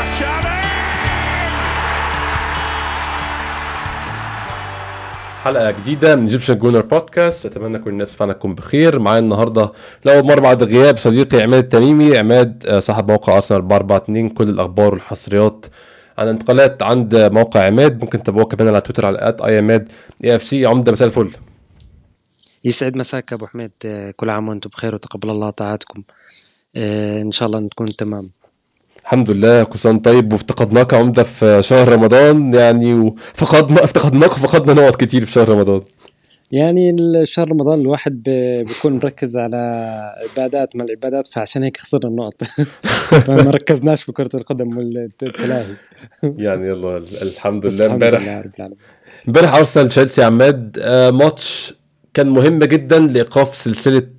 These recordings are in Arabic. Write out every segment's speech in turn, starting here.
حلقة جديدة من ايجيبشن جونر بودكاست. اتمنى كل الناس فعلا تكون بخير. معايا النهارده لاول مرة بعد غياب صديقي عماد التميمي. عماد صاحب موقع ارسنال 442، كل الاخبار والحصريات عن انتقالات عند موقع عماد. ممكن تتابعوه كمان على تويتر على @iamad_afc. عمده مساء الفل. يسعد مساك ابو حميد، كل عام وانتم بخير وتقبل الله طاعتكم. ان شاء الله نكون تمام. الحمد لله، كل سنه طيب. وافتقدناك عمده في شهر رمضان يعني، افتقدناك وفقدنا نقط كتير في شهر رمضان. يعني الشهر رمضان الواحد بيكون مركز على عبادات مع العبادات، فعشان هيك خسرنا النقط. فما ركزناش بكرة القدم والتلاهي. يعني يلا الحمد بس لله. الحمد لله رب العالمين. امبارح ارسنال تشيلسي عماد، ماتش كان مهم جدا لايقاف سلسله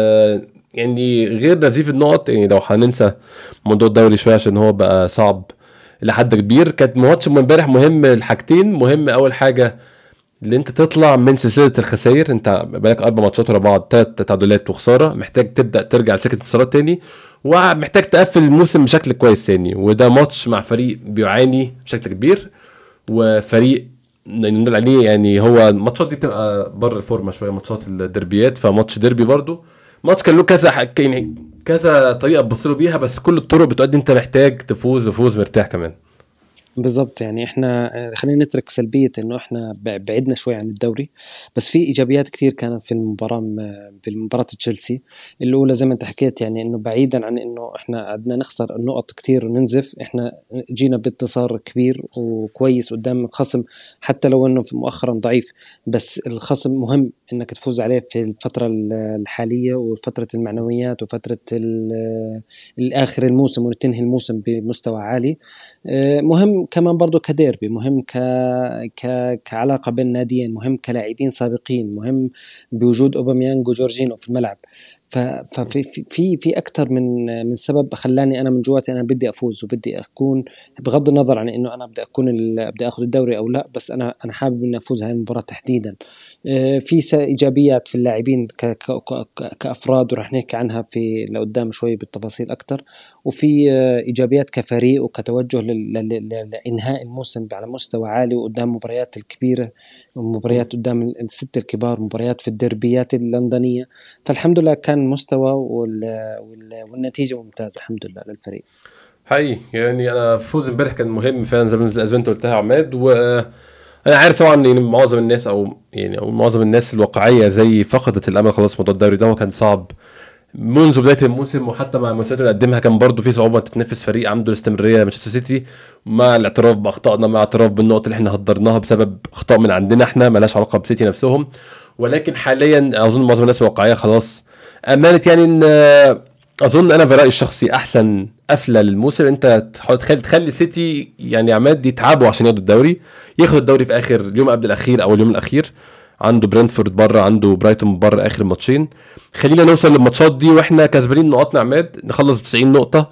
يعني غير نزيف النقط. يعني لو هننسى موضوع الدوري شويه عشان هو بقى صعب لحد كبير، كانت ماتش امبارح مهم الحاجتين. مهم اول حاجه اللي انت تطلع من سلسله الخسائر، انت بقالك 4 ماتشات ورا بعض 3 تعادلات وخساره، محتاج تبدا ترجع لسكه انتصارات تاني، ومحتاج تقفل الموسم بشكل كويس تاني. وده ماتش مع فريق بيعاني بشكل كبير، وفريق نقول عليه يعني هو الماتشات دي بتبقى بره الفورمه شويه، ماتشات الدربيات. فماتش ديربي برضو ماتش كان له كذا يعني كذا طريقه تبص له بيها، بس كل الطرق بتؤدي انت محتاج تفوز مرتاح كمان. بالضبط، يعني احنا خلينا نترك سلبية انه احنا بعدنا شوي عن الدوري، بس في ايجابيات كثير كانت في المباراة، بالمباراة تشيلسي الاولى. زي ما انت حكيت، يعني انه بعيدا عن انه احنا قعدنا نخسر النقط كثير وننزف، احنا جينا بانتصار كبير وكويس قدام خصم، حتى لو انه في مؤخرا ضعيف، بس الخصم مهم انك تفوز عليه في الفترة الحالية وفترة المعنويات وفترة الاخر الموسم، وتنهي الموسم بمستوى عالي. مهم كمان برضو كديربي، مهم كعلاقة بين ناديين، مهم كلاعبين سابقين، مهم بوجود أوباميانج وجورجينو في الملعب. ففي في أكثر من سبب خلاني أنا من جواتي أنا بدي أفوز وبدي أكون، بغض النظر عن إنه أنا بدي أخذ الدوري أو لا، بس أنا حابب إني أفوز هاي المباراة تحديدا. في إيجابيات في اللاعبين كأفراد، ورح نحكي عنها في لقدام شوي بالتفاصيل أكتر. وفي إيجابيات كفريق وكتوجه لإنهاء الموسم على مستوى عالي، وقدام مباريات الكبيرة ومباريات قدام الست الكبار، مباريات في الدربيات اللندنية. فالحمد لله كان مستوى والنتيجة ممتازة الحمد لله للفريق. حقيقي يعني انا فوز امبارح كان مهم فعلا زي ما انت قلتها يا عماد. وانا عارف طبعا ان معظم الناس او معظم الناس الواقعيه زي فقدت الامل خلاص. موضوع الدوري ده هو كان صعب منذ بدايه الموسم، وحتى مع المسيرات اللي قدمها كان برضو في صعوبه تتنافس فريق عنده الاستمراريه مانشستر سيتي، مع الاعتراف باخطائنا، مع اعتراف بالنقط اللي احنا هدرناها بسبب اخطاء من عندنا احنا مالهاش علاقه بسيتي نفسهم. ولكن حاليا اظن معظم الناس الواقعيه خلاص امنت يعني ان اظن انا في رايي الشخصي احسن قفله للموسم انت تخلي سيتي يعني عماد يتعبوا عشان ياخدوا الدوري، ياخدوا الدوري في اخر اليوم قبل الاخير او اليوم الاخير. عنده برينتفورد بره، عنده برايتون بره اخر ماتشين. خلينا نوصل للماتشات دي واحنا كسبانين نقاطنا عماد، نخلص ب 90 نقطه،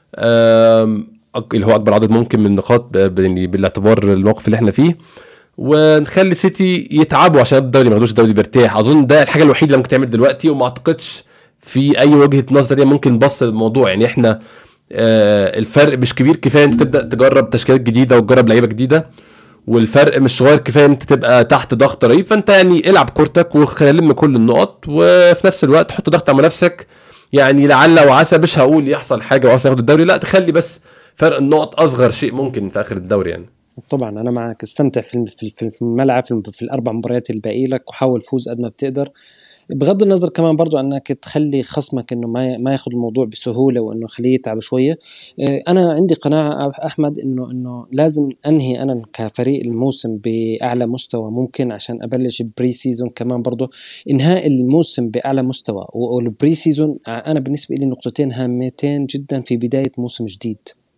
اللي هو اكبر عدد ممكن من النقاط يعني بالاعتبار الموقف اللي احنا فيه، ونخلي سيتي يتعبوا عشان الدوري ما ياخدوش الدوري بيرتاح. اظن ده الحاجه الوحيده اللي ممكن تعمل دلوقتي، وما اعتقدش في اي وجهه نظر ممكن نبص للموضوع. يعني احنا الفرق مش كبير كفايه انت تبدا تجرب تشكيلات جديده وتجرب لعيبه جديده، والفرق مش صغير كفايه انت تبقى تحت ضغط رهيب. فانت يعني العب كورتك وخلم كل النقط، وفي نفس الوقت حط ضغط على نفسك. يعني لعل وعسى، مش هقول يحصل حاجه واصلا ياخد الدوري، لا، تخلي بس فرق النقط اصغر شيء ممكن في اخر الدوري يعني. طبعا انا معك، استمتع في الملعب في الاربع مباريات اللي باقي لك، وحاول فوز قد ما بتقدر، بغض النظر كمان برضو انك تخلي خصمك انه ما ياخذ الموضوع بسهوله، وانه خليه يتعب شويه. انا عندي قناعه احمد انه لازم انهي انا كفريق الموسم باعلى مستوى ممكن، عشان ابلش بري سيزون كمان برضو. انهاء الموسم باعلى مستوى والبري سيزون انا بالنسبه لي نقطتين هامتين جدا في بدايه موسم جديد.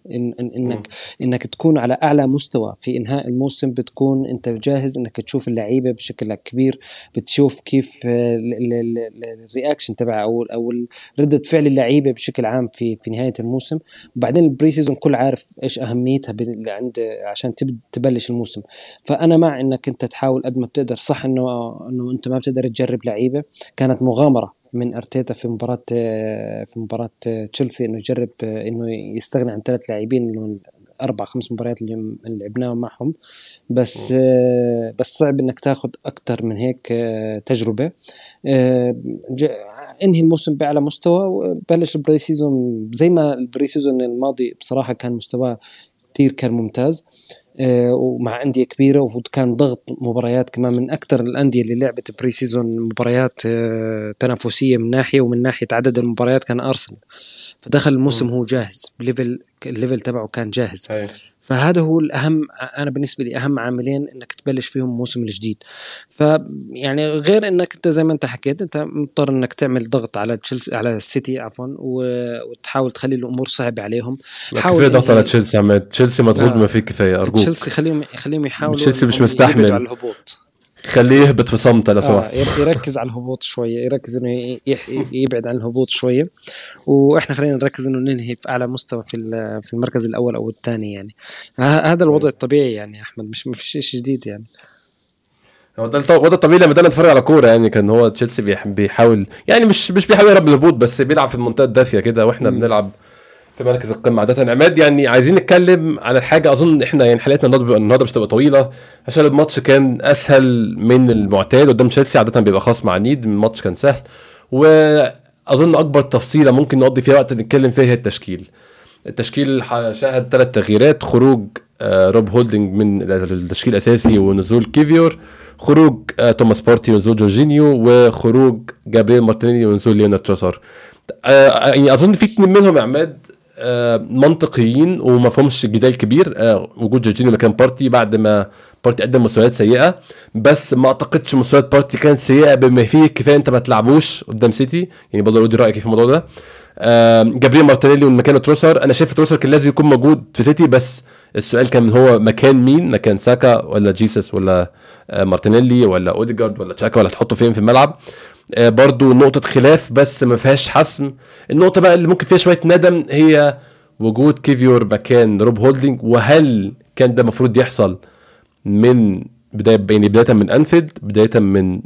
انك تكون على اعلى مستوى في انهاء الموسم، بتكون انت جاهز انك تشوف اللعيبه بشكل كبير، بتشوف كيف الرياكشن تبع او ردة فعل اللعيبه بشكل عام في نهايه الموسم. وبعدين البري سيزون كل عارف ايش اهميتها عند عشان تبلش الموسم. فانا مع انك انت تحاول قد ما بتقدر. صح انه انت ما بتقدر تجرب لعيبه، كانت مغامره من أرتيتا في مباراة تشيلسي إنه يجرب إنه يستغني عن 3 لاعبين، إنه 4-5 مباريات اللي لعبناهم معهم، بس بس صعب انك تاخذ اكتر من هيك تجربه. انهي الموسم باعلى مستوى وبلش البري سيزون زي ما البري سيزون الماضي بصراحه كان مستواه كتير كان ممتاز، ومع أندية كبيرة، وكان ضغط مباريات كمان من أكتر الأندية اللي لعبت بري سيزون مباريات تنافسية من ناحية، ومن ناحية عدد المباريات كان أرسنال، فدخل الموسم هو جاهز الليفل تبعه كان جاهز. فهذا هو الأهم، أنا بالنسبة لي أهم عاملين إنك تبلش فيهم الموسم الجديد. فيعني غير إنك أنت زي ما أنت حكيت أنت مضطر إنك تعمل ضغط على تشيلسي على السيتي عفوا، وتحاول تخلي الأمور صعبة عليهم. حاول ضغط على تشيلسي، عماد تشيلسي مضغوط بما فيه كفاية أرجوك. تشيلسي خليهم يحاولوا، تشيلسي مش مستحمل على الهبوط، خليه يهبط في صمت لو سمحت. يركز على الهبوط شوية، يركز إنه يبعد عن الهبوط شوية، وإحنا خلينا نركز إنه ننهي في أعلى مستوى في المركز الأول أو الثاني. يعني هذا الوضع الطبيعي يعني أحمد، مش شيء جديد يعني. هو ده الوضع الطبيعي لما بدأنا نتفرج على كورة. يعني كان هو تشيلسي بيحاول، يعني مش بيحاول يهرب من الهبوط، بس بيلعب في المنطقة الدافية كده، وإحنا بنلعب في مركز القمة عادة. عماد يعني عايزين نتكلم على الحاجة، أظن إحنا يعني حلقتنا النهاردة مش تبقى طويلة عشان الماتش كان أسهل من المعتاد قدام تشيلسي. عادة بيبقى خصم عنيد، الماتش كان سهل، وأظن أكبر تفصيلة ممكن نقضي فيها وقت نتكلم فيها هي التشكيل شاهد 3 تغييرات: خروج روب هولدنج من التشكيل الأساسي ونزول كيفيور، خروج توماس بارتي ونزول جورجينيو، وخروج جابرييل مارتينيلي ونزول ليونارد تروسار. يعني أظن في 2 منهم يا عماد منطقيين وما فهمش جدال كبير. وجود جورجينيو مكان بارتي بعد ما بارتي قدم مستويات سيئة، بس ما اعتقدش مستويات بارتي كانت سيئة بما فيه كفاية انت ما تلعبوش قدام سيتي. يعني برضه اودي رأيك في الموضوع ده. جابرييل مارتينيلي مكان تروسار، انا شايف تروسار كان لازم يكون موجود في سيتي، بس السؤال كان هو مكان مين؟ مكان ساكا ولا جيسس ولا مارتينيلي ولا اوديجارد ولا تشاكا، ولا تحطه فين في الملعب؟ برضو نقطة خلاف بس ما فيهاش حسم. النقطة بقى اللي ممكن فيها شوية ندم هي وجود كيفيور مكان روب هولدنج، وهل كان ده مفروض يحصل من بداية من أنفيلد، بداية من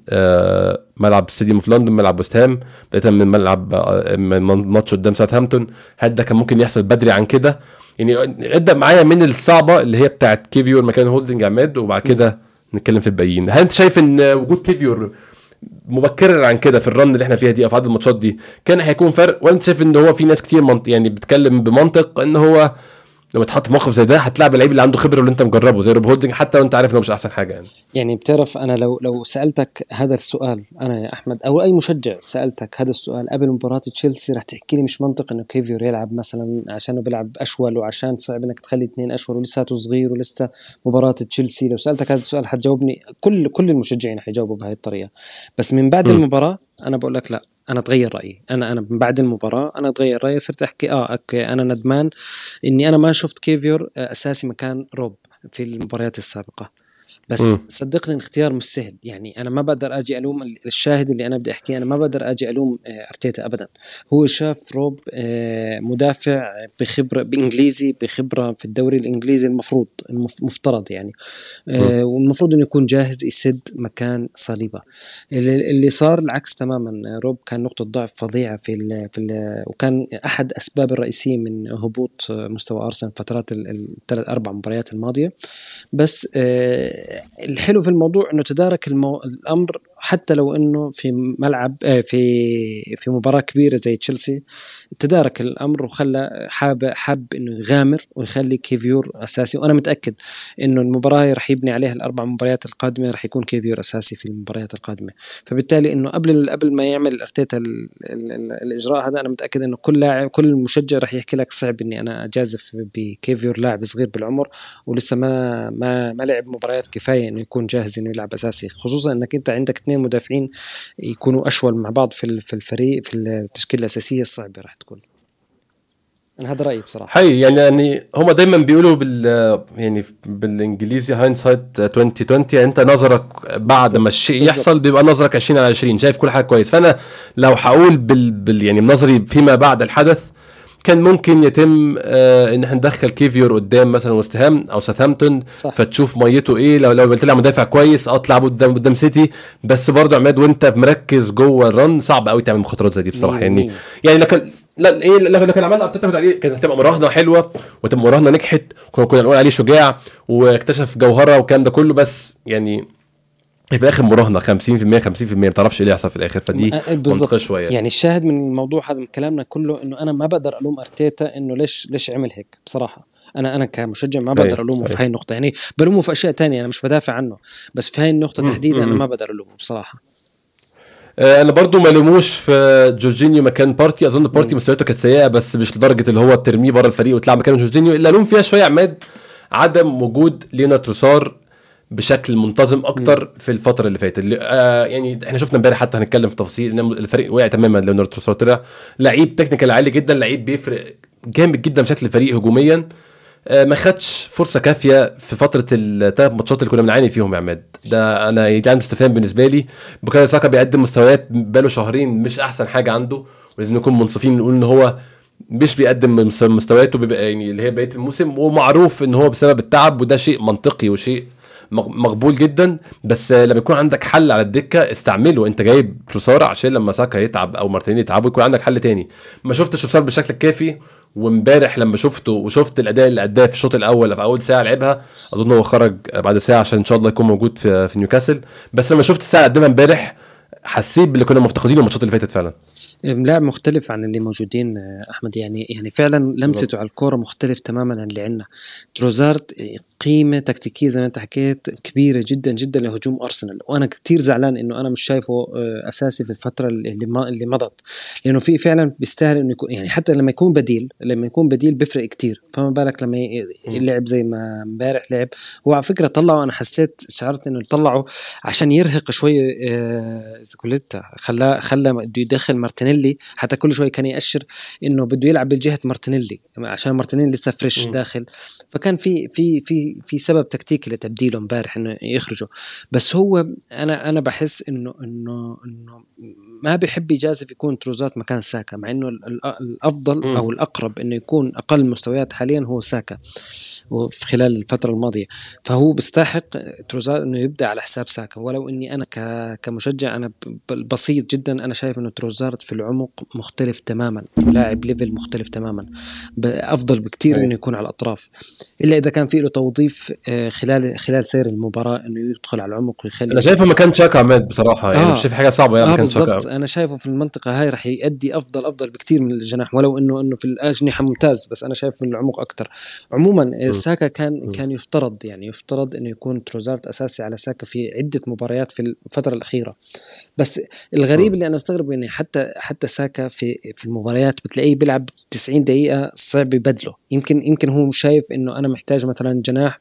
ملعب ستاديوم في لندن، ملعب وست هام، بداية من ملعب من ماتش قدام ساوثهامبتون؟ هل ده كان ممكن يحصل بدري عن كده؟ يعني ابدأ معايا من الصعبة اللي هي بتاعت كيفيور مكان هولدنج عماد، وبعد كده نتكلم في الباقيين. هل انت شايف ان وجود كيفيور مبكرا عن كده في الرن اللي احنا فيها دي او في عدد الماتشات دي كان هيكون فرق، ولا انت شايف ان هو في ناس كتير يعني بتتكلم بمنطق ان هو لما تحط في موقف زي ده هتلاعب اللعيب اللي عنده خبره واللي انت مجربه زي روب هولدنج حتى لو انت عارف انه مش احسن حاجه؟ يعني بتعرف انا لو سالتك هذا السؤال، انا يا احمد او اي مشجع سالتك هذا السؤال قبل مباراه تشيلسي، راح تحكي لي مش منطق انه كيفيور يلعب مثلا عشانه بيلعب اشول، وعشان صعب انك تخلي 2 اشول ولساته صغير ولسه مباراه تشيلسي. لو سالتك هذا السؤال حتجاوبني كل المشجعين حيجاوبوا بهاي الطريقه، بس من بعد المباراه انا بقول لك لا، انا تغير رايي. انا من بعد المباراه انا تغير رايي، صرت احكي اوكي انا ندمان اني انا ما شفت كيفيور اساسي مكان روب في المباريات السابقه. بس صدقني الاختيار مش سهل. يعني انا ما بقدر اجي الوم الشاهد اللي انا بدي احكي، انا ما بقدر اجي الوم ارتيتا ابدا. هو شاف روب مدافع بخبره بانجليزي، بخبره في الدوري الانجليزي، المفترض يعني والمفروض انه يكون جاهز يسد مكان صليبه. اللي صار العكس تماما. روب كان نقطه ضعف فظيعه في وكان احد اسباب الرئيسيه من هبوط مستوى ارسنال فترات ال3-4 مباريات الماضيه. بس الحلو في الموضوع انه تدارك الامر، حتى لو انه في ملعب في مباراه كبيره زي تشيلسي تدارك الامر وخلى حاب انه يغامر ويخلي كيفيور اساسي. وانا متاكد انه المباراه راح يبني عليها ال4 مباريات القادمه، راح يكون كيفيور اساسي في المباريات القادمه. فبالتالي انه قبل ما يعمل ارتيتا الاجراء هذا، انا متاكد انه كل مشجع راح يحكي لك صعب اني انا اجازف بكيفيور لاعب صغير بالعمر ولسه ما لعب مباريات كفايه انه يكون جاهز انه يلعب اساسي، خصوصا انك انت عندك 2 مدافعين يكونوا اشول مع بعض في الفريق في التشكيله الاساسيه. صعبه راح تكون. انا هذا رايي بصراحه. حي يعني هما دايما بيقولوا يعني بالانجليزي هايندسايت 2020، يعني انت نظرك بعد ما الشيء يحصل بيبقى نظرك 20/20، شايف كل حاجه كويس. فانا لو هقول يعني بنظري فيما بعد الحدث كان ممكن يتم ان احنا ندخل كيفيور قدام مثلا وست هام او ساوثهامبتون، فتشوف ميته ايه. لو قلت لها مدافع كويس تلعب قدام سيتي، بس برضه عماد وانت مركز جوه الرن صعب قوي تعمل مخاطرات زي دي بصراحه. يعني لكن لا ايه، لو كان عمل ارتيتا كنت عليه كانت هتبقى مراهنه حلوه وتبقى مراهنه نجحت، كنا نقول عليه شجاع واكتشف جوهره والكلام ده كله، بس يعني في الاخر مراهنه 50% 50%، ما تعرفش ايه اللي هيحصل في الاخر، فدي منطقيه بالضبط. شويه. يعني الشاهد من الموضوع هذا من كلامنا كله انه انا ما بقدر الوم ارتيتا انه ليش عمل هيك بصراحه. انا كمشجع ما بقدر ايوه الومه في ايوه. هاي النقطه، يعني بلومه في اشياء تانية انا مش بدافع عنه، بس في هاي النقطه تحديدا انا ما أمم. بقدر الومه بصراحه. انا برضو ما لوموش في جورجينيو مكان بارتي، اظن بارتي مم. مستوياته كانت سيئه بس مش لدرجه اللي هو ترميه بره الفريق وتلعب مكانه جورجينيو. الا لوم فيها شويه عماد عدم وجود لينا تروسار بشكل منتظم مم. اكتر في الفتره اللي فاتت. يعني احنا شفنا امبارح حتى هنتكلم في تفاصيل ان الفريق وقع تماما. ليوناردو تروسار طلع لعيب تكنيكال عالي جدا، لعيب بيفرق جامد جدا بشكل الفريق هجوميا. ما خدش فرصه كافيه في فتره الثلاث ماتشات اللي كنا بنعاني فيهم يا عماد. ده انا يعني استفهام بالنسبه لي. بوكايو ساكا بيقدم مستويات بقاله شهرين مش احسن حاجه عنده، ولازم نكون منصفين نقول ان هو مش بيقدم مستوياته بيبقى يعني اللي هي بقيه الموسم، ومعروف ان هو بسبب التعب، وده شيء منطقي وشيء مقبول جدا. بس لما يكون عندك حل على الدكه استعمله. انت جايب تروسار عشان لما ساكا يتعب او مارتينيلي يتعبوا يكون عندك حل تاني. ما شفتش تروسار بالشكل الكافي، وامبارح لما شفته وشفت الاداء اللي اداه في الشوط الاول في اول ساعه لعبها، اظن هو خرج بعد ساعه عشان ان شاء الله يكون موجود في نيوكاسل. بس لما شفت الساعه اللي قدمها امبارح حسيت باللي كنا مفتقدينه الماتشات اللي فاتت فعلا. لاعب مختلف عن اللي موجودين احمد، يعني فعلا بالظبط. لمسته على الكوره مختلف تماما عن اللي عندنا. تروزارد قيمه تكتيكيه زي ما انت حكيت كبيره جدا جدا لهجوم ارسنال، وانا كتير زعلان انه انا مش شايفه اساسي في الفتره اللي مضت، لانه في فعلا بيستاهل انه يكون، يعني حتى لما يكون بديل بيفرق كتير، فما بالك لما يلعب زي ما امبارح لعب. هو على فكره طلعه، انا شعرت انه طلعه عشان يرهق شويه زكوليتا، خلى بده يدخل مارتينيلي، حتى كل شوي كان يأشر انه بده يلعب بالجهه مارتينيلي عشان مارتينيلي لسه فريش داخل. فكان في سبب تكتيكي لتبديله امبارح انه يخرجوا. بس هو انا بحس انه ما بيحب يجازف يكون تروزات مكان ساكا، مع انه الافضل او الاقرب انه يكون اقل مستويات حاليا هو ساكا وفي خلال الفترة الماضية، فهو بيستحق تروزارد انه يبدا على حساب ساكا. ولو اني انا كمشجع انا بسيط جدا، انا شايف انه تروزارد في العمق مختلف تماما، لاعب ليفل مختلف تماما، افضل بكتير انه يكون على الاطراف، الا اذا كان في له توظيف خلال سير المباراة انه يدخل على العمق ويخلي انا شايفه مكان تشاكا عماد بصراحه، يعني مش شايف حاجه صعبه يعني مكان بالضبط. تشاكا. انا شايفه في المنطقه هاي راح يؤدي افضل بكتير من الجناح، ولو انه في الاجنحه ممتاز، بس انا شايف في العمق اكتر. عموما ساكا كان يفترض انه يكون تروزارد اساسي على ساكا في عده مباريات في الفتره الاخيره. بس الغريب اللي انا مستغرب انه حتى ساكا في المباريات بتلاقيه بيلعب 90 دقيقه، صعب يبدله. يمكن هو شايف انه انا محتاج مثلا جناح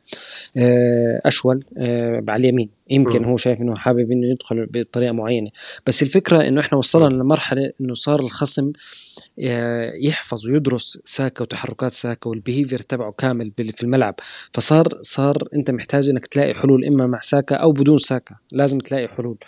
اشول على اليمين، يمكن هو شايف انه حابب انه يدخل بطريقه معينه. بس الفكره انه احنا وصلنا لمرحله انه صار الخصم يحفظ ويدرس ساكا وتحركات ساكا والبيهيفير تبعه كامل في الملعب، فصار انت محتاج انك تلاقي حلول اما مع ساكا او بدون ساكا، لازم تلاقي حلول.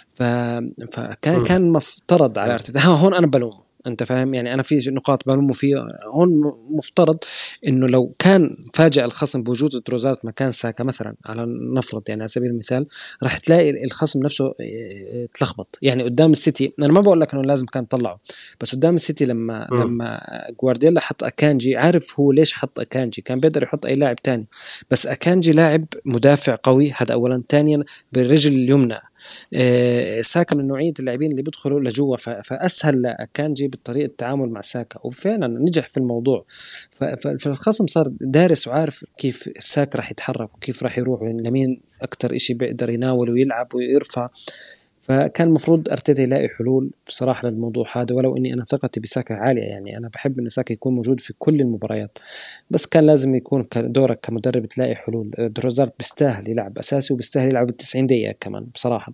فكان مفترض على ارتيتا هون، انا بلومه، انت فاهم يعني، انا في نقاط بلومه فيها هون. مفترض انه لو كان فاجأ الخصم بوجود تروزارد مكان ساكا مثلا، على نفرض يعني على سبيل المثال، راح تلاقي الخصم نفسه تلخبط. يعني قدام السيتي انا ما بقول لك انه لازم كان طلعه، بس قدام السيتي لما جوارديولا حط اكانجي، عارف هو ليش حط اكانجي؟ كان بيقدر يحط اي لاعب تاني، بس اكانجي لاعب مدافع قوي، هذا اولا. ثانيا بالرجل اليمنى، ساكا من نوعية اللاعبين اللي بيدخلوا لجوا، فأسهل لأكانجي بالطريقة التعامل مع ساكا، وفعلا نجح في الموضوع. فالخصم صار دارس وعارف كيف ساكا راح يتحرك وكيف راح يروح لمين أكتر إشي بيقدر يناول ويلعب ويرفع. فكان المفروض أرتيتا يلاقي حلول بصراحة للموضوع هذا، ولو إني أنا ثقتي بساكا عالية، يعني أنا بحب إن ساكا يكون موجود في كل المباريات، بس كان لازم يكون دورك كمدرب تلاقي حلول. دروزارد بيستاهل يلعب أساسي وبيستاهل يلعب 90 دقيقة كمان بصراحة.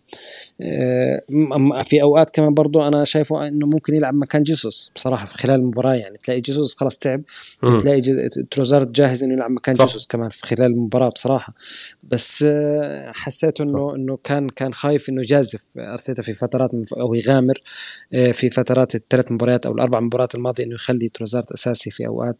في أوقات كمان برضو أنا شايفه إنه ممكن يلعب مكان جيسوس بصراحة في خلال المباراة، يعني تلاقي جيسوس خلاص تعب وتلاقي تروزارد جاهز إنه يلعب مكان جيسوس كمان في خلال المباراة بصراحة. بس حسيت إنه كان خايف إنه جازف أرتيتا في فترات أو يغامر في فترات الثلاث مباريات أو الأربع مباريات الماضية إنه يخلي تروزارد أساسي في أوقات،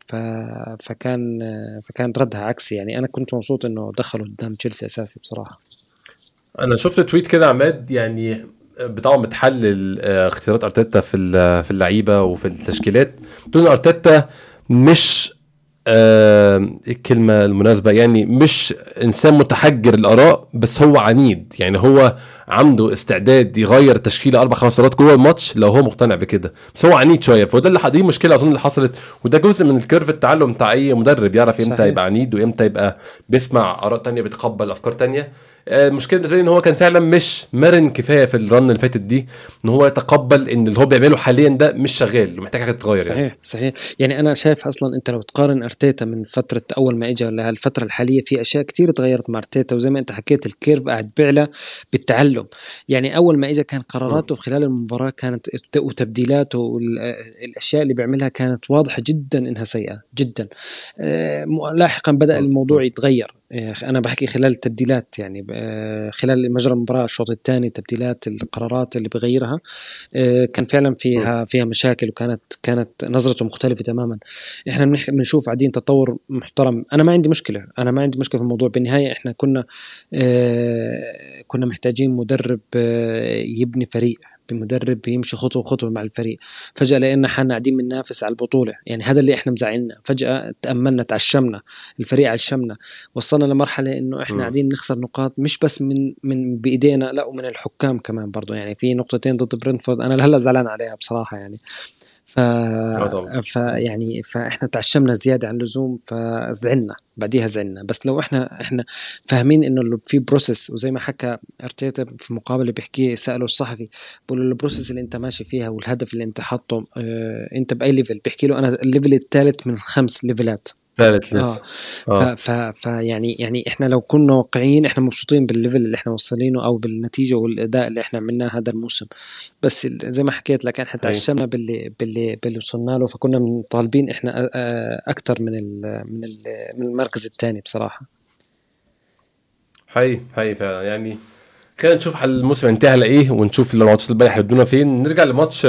فكان ردها عكسي. يعني أنا كنت مبسوط إنه دخلوا قدام تشيلسي أساسي بصراحة. انا شفت تويت كده عماد يعني بتاعه متحلل اختيارات ارتيتا في اللعيبه وفي التشكيلات. تون ارتيتا مش الكلمة المناسبة يعني مش إنسان متحجر الآراء، بس هو عنيد. يعني هو عنده استعداد يغير تشكيلة 4-5 مرات جوه الماتش لو هو مقتنع بكده، بس هو عنيد شوية. فده اللي دي مشكلة أظن اللي حصلت، وده جزء من الكيرف التعلم بتاع أي مدرب، يعرف إمتى يبقى عنيد وإمتى يبقى بيسمع آراء تانية، بيتقبل أفكار تانية. المشكله بالنسبه لي ان هو كان فعلا مش مرن كفايه في الرن اللي فاتت دي، ان هو يتقبل ان اللي هو بيعمله حاليا ده مش شغال ومحتاج حاجه تتغير. صحيح يعني صحيح. يعني انا شايف اصلا انت لو تقارن ارتيتا من فتره اول ما اجى للفتره الحاليه، في اشياء كتير تغيرت مع ارتيتا، وزي ما انت حكيت الكيرف قاعد بيعلى بالتعلم. يعني اول ما اجى كان قراراته في خلال المباراه كانت وتبديلاته والاشياء اللي بيعملها كانت واضحه جدا انها سيئه جدا. لاحقا بدا الموضوع يتغير. انا بحكي خلال التبديلات، يعني خلال مجرى المباراه الشوط الثاني، تبديلات القرارات اللي بغيرها كان فعلا فيها مشاكل، وكانت نظرته مختلفه تماما. احنا بنشوف قاعدين تطور محترم. انا ما عندي مشكله في الموضوع. بالنهايه احنا كنا محتاجين مدرب يبني فريق، بمدرب يمشي خطوة بخطوة مع الفريق. فجأة لقينا حنا قاعدين بننافس على البطولة، يعني هذا اللي احنا مزعلنا. فجأة تأملنا، تعشمنا، الفريق عشمنا، وصلنا لمرحلة انه احنا قاعدين نخسر نقاط، مش بس من بإيدينا، لا، ومن الحكام كمان برضو. يعني في نقطتين ضد برينفورد انا لهلا زعلان عليها بصراحة. يعني فاحنا تعشمنا زياده عن اللزوم، فزعلنا بعديها زعلنا. بس لو احنا فاهمين انه في بروسيس، وزي ما حكى ارتيتا في مقابله بيحكي، ساله الصحفي بقول له البروسيس اللي انت ماشي فيها والهدف اللي انت حاطه، انت باي ليفل؟ بيحكي له انا الليفل الثالث من 5 ليفلات. ثالث لسه. يعني احنا لو كنا واقعيين احنا مبسوطين بالليفل اللي احنا وصلينه او بالنتيجه والاداء اللي احنا عملناه هذا الموسم. بس زي ما حكيت لك احنا تعشمنا باللي وصلنا له، فكنا طالبين احنا اكثر من المركز الثاني بصراحه. حقيقي فعلا. يعني خلينا نشوف حل الموسم انتهى على ايه، ونشوف الماتشات البارح هيدونا فين. نرجع لماتش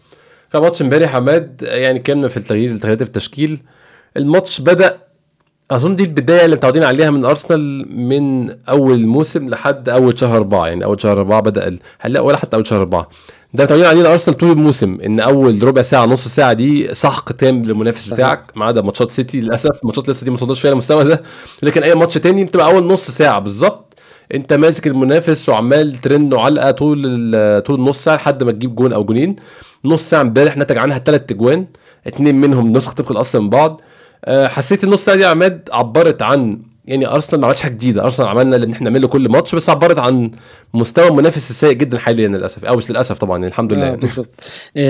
امبارح عماد. يعني كنا في التغييرات في التشكيل. الماتش بدأ، اظن دي البدايه اللي متعودين عليها من ارسنال من اول الموسم لحد اول شهر 4. يعني اول شهر 4 بدأ هلا، ولا حتى اول شهر 4 ده متعودين عليه ارسنال طول الموسم، ان اول ربع ساعه نص ساعه دي سحق تام للمنافس بتاعك، ما عدا ماتشات سيتي. للاسف ماتشات لسه دي ما وصلناش فيها المستوى ده، لكن اي ماتش تاني بتبقى اول نص ساعه بالظبط انت ماسك المنافس وعمال ترن وعلقه طول النص ساعه لحد ما تجيب جون او جونين. نص ساعه امبارح نتج عنها 3 اجوان، 2 منهم نسخ طبق الاصل من بعض. حسيت النص ساعه دي يا عماد عبرت عن، يعني ارسنال ما عملش حاجه جديده. ارسنال عملنا اللي احنا نعمله كل ماتش، بس عبرت عن مستوى المنافس السيء جدا حاليا للاسف، او مش للاسف طبعا، الحمد لله. بالضبط.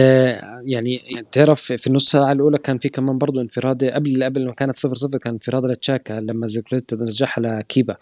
يعني تعرف في النص ساعه الاولى كان في كمان برضو انفراد قبل ما كانت 0-0، كان انفراد لتشاكا لما زيكليت رجعها لكيبا.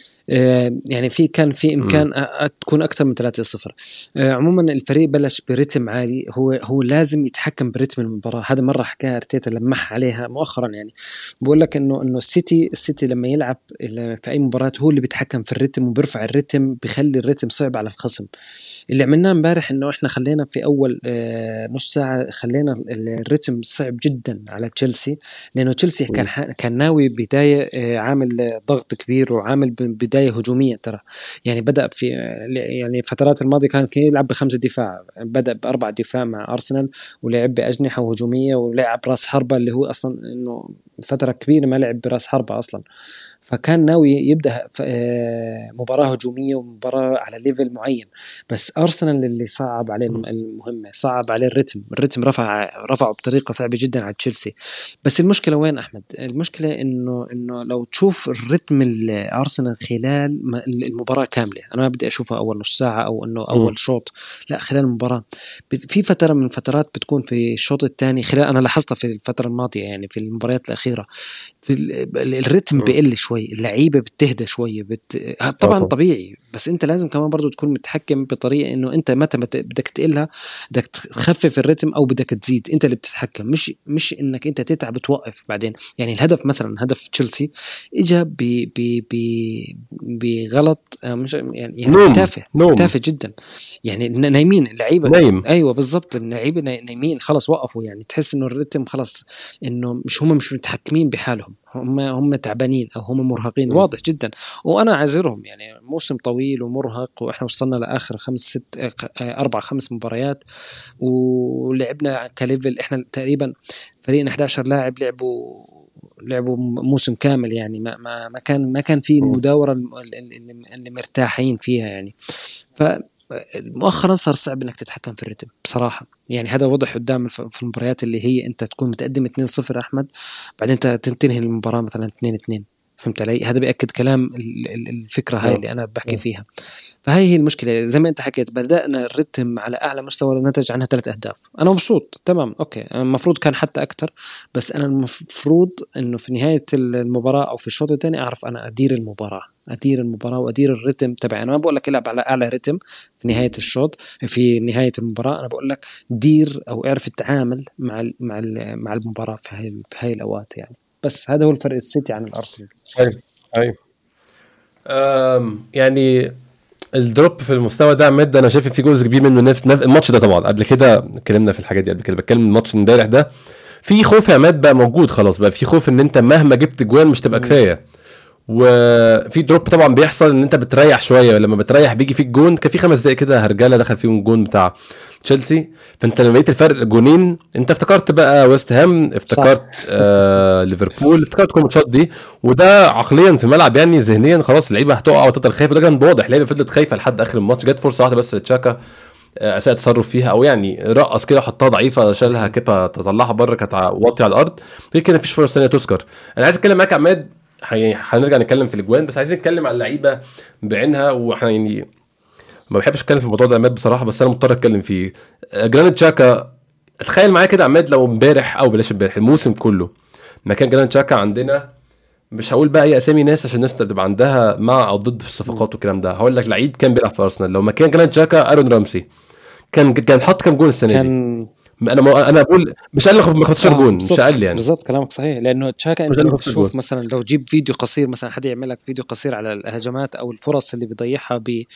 يعني كان في امكان تكون اكثر من 3-0. عموما الفريق بلش برتم عالي. هو لازم يتحكم برتم المباراه. هذا مره حكاها ارتيتا لمح عليها مؤخرا. يعني بقول لك انه السيتي لما يلعب في اي مباراه هو اللي بيتحكم في الرتم وبيرفع الرتم، بيخلي الرتم صعب على الخصم. اللي عملناه امبارح انه احنا خلينا في اول نص ساعه خلينا الرتم صعب جدا على تشيلسي، لانه تشيلسي كان ناوي بدايه عامل ضغط كبير وعامل بدايه هجوميه. ترى يعني بدا في يعني فترات الماضيه كان يلعب ب5 دفاع، بدا ب4 دفاع مع ارسنال، ولعب باجنحه هجوميه، ولعب راس حربه اللي هو اصلا انه فتره كبيره ما لعب براس حربه اصلا. فكان ناوي يبدأ مباراة هجومية ومباراة على ليفل معين. بس أرسنال اللي صعب عليه المهمة، صعب عليه الرتم رفعه بطريقة صعبة جدا على تشيلسي. بس المشكلة وين أحمد؟ المشكلة إنه لو تشوف الرتم الأرسنال خلال المباراة كاملة، أنا ما بدي أشوفها أول نص ساعة أو إنه أول شوط، لا، خلال المباراة في فترة من فترات بتكون في الشوط الثاني. أنا لاحظتها في الفترة الماضية، يعني في المباريات الأخيرة في الرتم بيقل شوي، اللعيبه بتهدى شويه طبعا طبيعي. بس انت لازم كمان برضو تكون متحكم بطريقه انه انت متى بدك تقلها، بدك تخفف الرتم او بدك تزيد، انت اللي بتتحكم، مش انك انت تتعب توقف بعدين. يعني الهدف مثلا، هدف تشيلسي اجى بغلط، مش يعني تافه جدا. يعني نايمين اللعيبه. ايوه بالضبط، اللعيبه نايمين خلاص، وقفوا. يعني تحس انه الرتم خلاص، انه هم مش متحكمين بحالهم. هم تعبانين او هم مرهقين واضح جدا. وانا اعذرهم يعني موسم طويل ومرهق، واحنا وصلنا لاخر 4-5 مباريات ولعبنا كليفل. احنا تقريبا فريقنا 11 لاعب لعبوا موسم كامل يعني ما كان في المداوره اللي مرتاحين فيها يعني. فمؤخرا صار صعب انك تتحكم في الرتم بصراحه يعني. هذا وضح قدام في المباريات اللي هي انت تكون متقدم 2-0 احمد، بعدين انت تنتهي المباراه مثلا 2-2. فهمت علي؟ هذا بيأكد كلام الفكره هاي اللي انا بحكي فيها. فهي هي المشكله زي ما انت حكيت، بدأنا الرتم على اعلى مستوى، نتج عنها 3 أهداف. انا مبسوط تمام اوكي، المفروض كان حتى اكثر، بس انا المفروض انه في نهايه المباراه او في الشوط الثاني اعرف انا ادير المباراه وادير الرتم تبعي. انا ما بقول لك العب على اعلى رتم في نهايه الشوط في نهايه المباراه، انا بقول لك دير او اعرف التعامل مع المباراه في هاي الاوقات يعني. بس هذا هو الفرق السيتي عن الارسنال. ايوه يعني الدروب في المستوى ده عماد، انا شايف في جزء كبير منه نفس الماتش ده. طبعا قبل كده اتكلمنا في الحاجات دي قبل كده، بتكلم الماتش امبارح ده في خوف يا عماد بقى موجود خلاص، بقى في خوف ان انت مهما جبت جوان مش تبقى كفايه. وفي دروب طبعا بيحصل ان انت بتريح شويه، لما بتريح بيجي فيك جون. كان في 5 دقايق كده هرجله دخل فيهم جون بتاع تشيلسي، فانت لما لقيت الفرق جونين انت افتكرت بقى ويست هام، افتكرت ليفربول، افتكرت كل الماتشات دي. وده عقليا في الملعب يعني ذهنيا خلاص اللعيبه هتقع وتفضل خايفه. ده كان واضح، اللعيبه فضلت خايفه لحد اخر الماتش. جت فرصه واحده بس لتشاكا اساء تصرف فيها، او يعني رقص كده حطها ضعيفه شالها كده تطلعها بره، كانت واطيه على الارض. في كده مفيش فرصه ثانيه تذكر. انا عايز اتكلم معاك يا عماد، هنرجع نتكلم في الاجوان، بس عايزين نتكلم على اللعيبه بعينها. واحنا يعني ما بحبش اتكلم في الموضوع ده عماد بصراحه، بس انا مضطر اتكلم فيه. جرانيت شاكا، تخيل معايا كده عماد لو امبارح او بلاش امبارح الموسم كله مكان جرانيت شاكا عندنا، مش هقول بقى اي اسامي ناس عشان الناس تبقى عندها مع او ضد في الصفقات والكلام ده، هقول لك لعيب كان بيلعب في ارسنال لو مكان جرانيت شاكا، ارون رامسي كان حط كام جول السنه دي؟ انا بقول مش اقل من 15 جون، مش اقل يعني. بالضبط كلامك صحيح، لانه تشاكا انت لو تشوف مثلا لو جيب فيديو قصير، مثلا حد يعمل لك فيديو قصير على الهجمات او الفرص اللي بيضيعها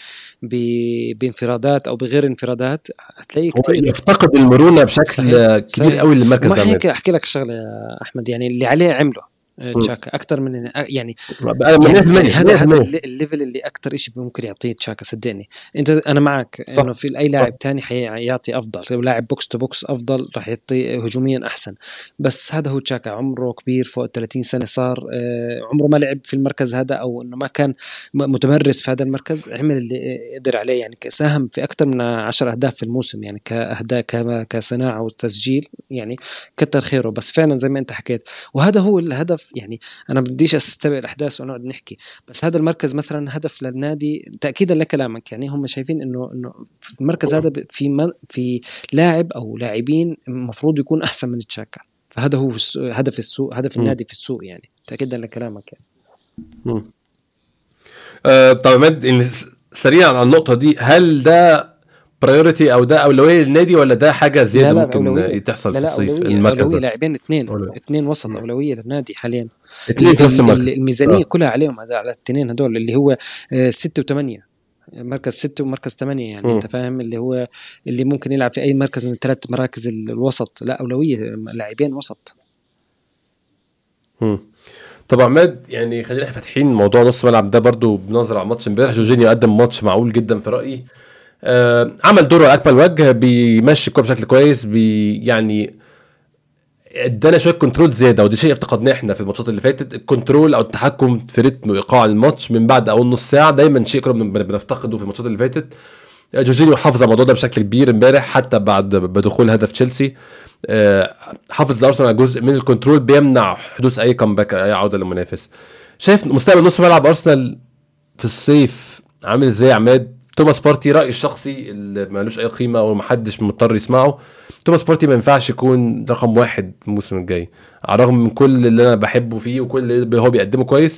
بانفرادات او بغير انفرادات، هتلاقي كتير يفتقد المرونه بشكل كبير قوي للمركز ده. ما هيك احكي لك شغله يا احمد، يعني اللي عليه عمله تشاكا اكثر من يعني هذا الليفل اللي اكثر شيء ممكن يعطيه تشاكا. صدقني انا معك انه في اي لاعب تاني حيعطي افضل، لو لاعب بوكس تو بوكس افضل راح يعطي هجوميا احسن، بس هذا هو تشاكا، عمره كبير فوق 30 سنه صار، عمره ما لعب في المركز هذا او انه ما كان متمرس في هذا المركز، عمل اللي قدر عليه يعني. ساهم في اكثر من 10 اهداف في الموسم يعني، كاهداف كصناعه وتسجيل يعني، كتر خيره. بس فعلا زي ما انت حكيت، وهذا هو الهدف يعني. انا بديش استبق الاحداث ونقعد نحكي، بس هذا المركز مثلا هدف للنادي تاكيدا لكلامك يعني. هم شايفين انه في المركز هذا في لاعب او لاعبين المفروض يكون احسن من تشاكا، فهذا هو هدف السوق، هدف النادي في السوق يعني، تاكيدا لكلامك يعني. طبعا سريعا على النقطه دي، هل ده برايورتي او ده اولويه للنادي، ولا ده حاجه زياده لا ممكن أولوية. تحصل في الصيف؟ أولوية لاعبين اثنين وسط اولويه للنادي حاليا. الميزانيه كلها عليهم على الاثنين هدول، اللي هو 6 و8، مركز 6 ومركز 8 يعني. انت فاهم اللي هو اللي ممكن يلعب في اي مركز من 3 مراكز الوسط، لا اولويه لاعبين وسط. طبعا ماد يعني خلينا فاتحين موضوع نص ملعب ده برضو بنظر على الماتش امبارح. جورجينيو قدم ماتش معقول جدا في رايي، عمل دوره على اكمل وجه، بيمشي الكوره بشكل كويس، يعني ادانا شويه كنترول زياده، ودي شيء افتقدناه احنا في الماتشات اللي فاتت. الكنترول او التحكم في رتم ايقاع الماتش من بعد اول نص ساعه دايما شيء كنا بنفتقده في الماتشات اللي فاتت. جورجينيو حافظ على الموضوع ده بشكل كبير امبارح، حتى بعد بدخول هدف تشيلسي حافظ الارسنال على جزء من الكنترول بيمنع حدوث اي كامباك، اي عوده للمنافس. شايف مستقبل نص ملعب ارسنال في الصيف عامل ازاي يا عماد؟ توماس بارتي رايي الشخصي اللي مالوش اي قيمه ومحدش مضطر يسمعه، توماس بارتي ما ينفعش يكون رقم 1 الموسم الجاي، على الرغم من كل اللي انا بحبه فيه وكل اللي هو بيقدمه كويس.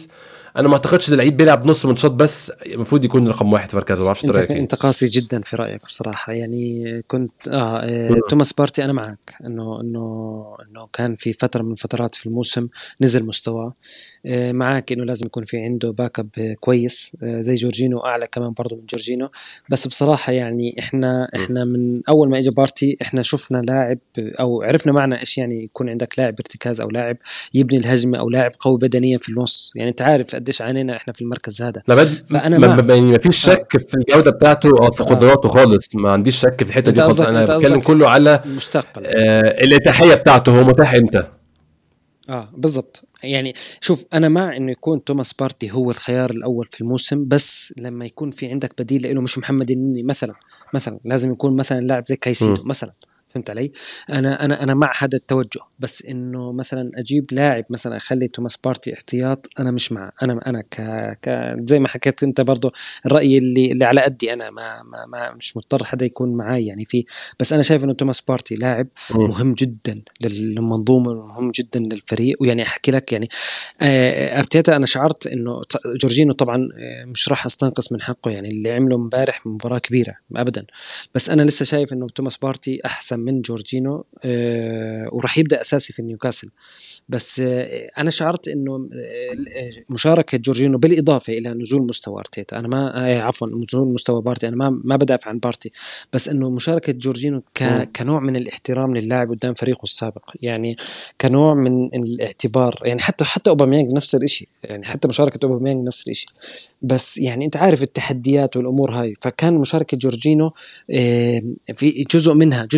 انا ما اعتقدش ده لعيب بيلعب نص ماتشات بس المفروض يكون رقم واحد في مركزه. ما اعرفش رايك ايه. انت قاسي جدا في رايك بصراحه. يعني كنت توماس بارتي انا معك انه كان في فتره من فترات في الموسم نزل مستواه. معك انه لازم يكون في عنده باك اب كويس زي جورجينو، اعلى كمان برضه من جورجينو. بس بصراحه يعني احنا من اول ما اجى بارتي احنا شفنا لاعب او عرفنا معنى ايش يعني يكون عندك لاعب ارتكاز او لاعب يبني الهجمه او لاعب قوي بدنيا في النص. يعني انت عارف قديش عانينا احنا في المركز هذا. فانا مع يعني ما فيش شك في الجوده بتاعته او في قدراته خالص، ما عنديش شك في الحته انت دي خالص. قصدك انا انت بتكلم قصدك كله على المستقبل. الاتاحيه بتاعته، هو متاح امتى. بالضبط. يعني شوف انا مع انه يكون توماس بارتي هو الخيار الاول في الموسم، بس لما يكون في عندك بديل له مش محمد النني مثلا لازم يكون مثلا لاعب زي كايسيدو مثلا. فهمت علي؟ انا مع هذا التوجه، بس انه مثلا اجيب لاعب مثلا اخلي توماس بارتي احتياط، انا مش مع. انا زي ما حكيت انت برضو الراي اللي على قدي، انا ما مش مضطر حدا يكون معي يعني فيه. بس انا شايف انه توماس بارتي لاعب مهم جدا للمنظومه، مهم جدا للفريق. ويعني احكي لك يعني ارتيتا انا شعرت انه جورجينو طبعا مش راح استنقص من حقه، يعني اللي عمله امبارح مباراه كبيره ابدا. بس انا لسه شايف انه توماس بارتي احسن من جورجينو وراح يبدا اساسي في نيوكاسل. بس انا شعرت انه مشاركه جورجينو بالاضافه الى نزول مستوى ارتيتا، انا ما عفوا نزول مستوى بارتي، انا ما بدافع عن بارتي، بس انه مشاركه جورجينو كنوع من الاحترام للاعب قدام فريقه السابق، يعني كنوع من الاعتبار. يعني حتى اوباميانغ نفس الشيء، يعني حتى مشاركه اوباميانغ نفس الشيء. بس يعني انت عارف التحديات والامور هاي، فكان مشاركه جورجينو في جزء منها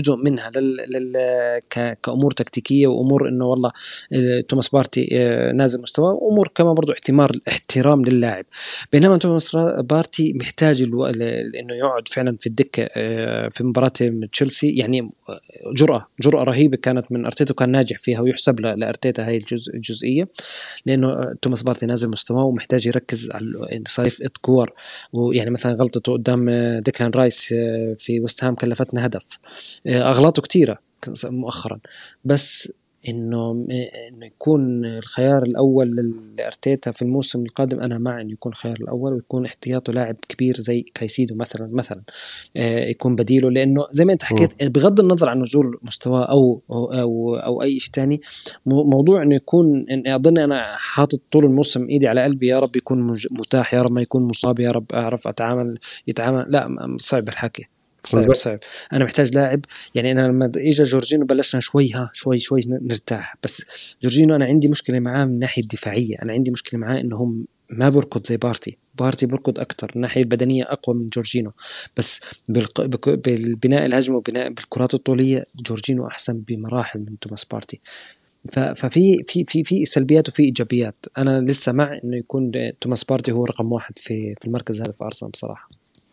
كامور تكتيكيه، وامور انه والله توماس بارتي نازل مستوى، وامور كمان برضو احترام للاعب. بينما توماس بارتي محتاج انه يقعد فعلا في الدكه في مباراه تشيلسي. يعني جرأة رهيبه كانت من ارتيتا، وكان ناجح فيها ويحسب لارتيتا هاي الجزئيه، لانه توماس بارتي نازل مستواه ومحتاج يركز على صار يفقد كور. ويعني مثلا غلطته قدام ديكلان رايس في وست هام كلفتنا هدف. اغلاطه كتيره مؤخرا، بس انه يكون الخيار الاول لارتيتا في الموسم القادم، انا مع انه يكون الخيار الاول ويكون احتياطه لاعب كبير زي كايسيدو مثلا يكون بديله. لانه زي ما انت حكيت بغض النظر عن نزول مستواه او اي شيء تاني، موضوع انه يكون اظن انا حاطط طول الموسم ايدي على قلبي يا رب يكون متاح، يا رب ما يكون مصاب، يا رب اعرف يتعامل. لا صعب الحكي، صعب. انا محتاج لاعب. يعني انا لما اجى جورجينو بلشنا شوي نرتاح، بس جورجينو انا عندي مشكله معاه من ناحيه دفاعيه، انا عندي مشكله معاه انه هم ما بركض زي بارتي بركض اكثر، الناحيه البدنيه اقوى من جورجينو. بس بالبناء الهجمه وبناء بالكرات الطوليه جورجينو احسن بمراحل من توماس بارتي. ففي في سلبيات وفي ايجابيات. انا لسه مع انه يكون توماس بارتي هو رقم واحد في المركز هذا في ارسنال بصراحه.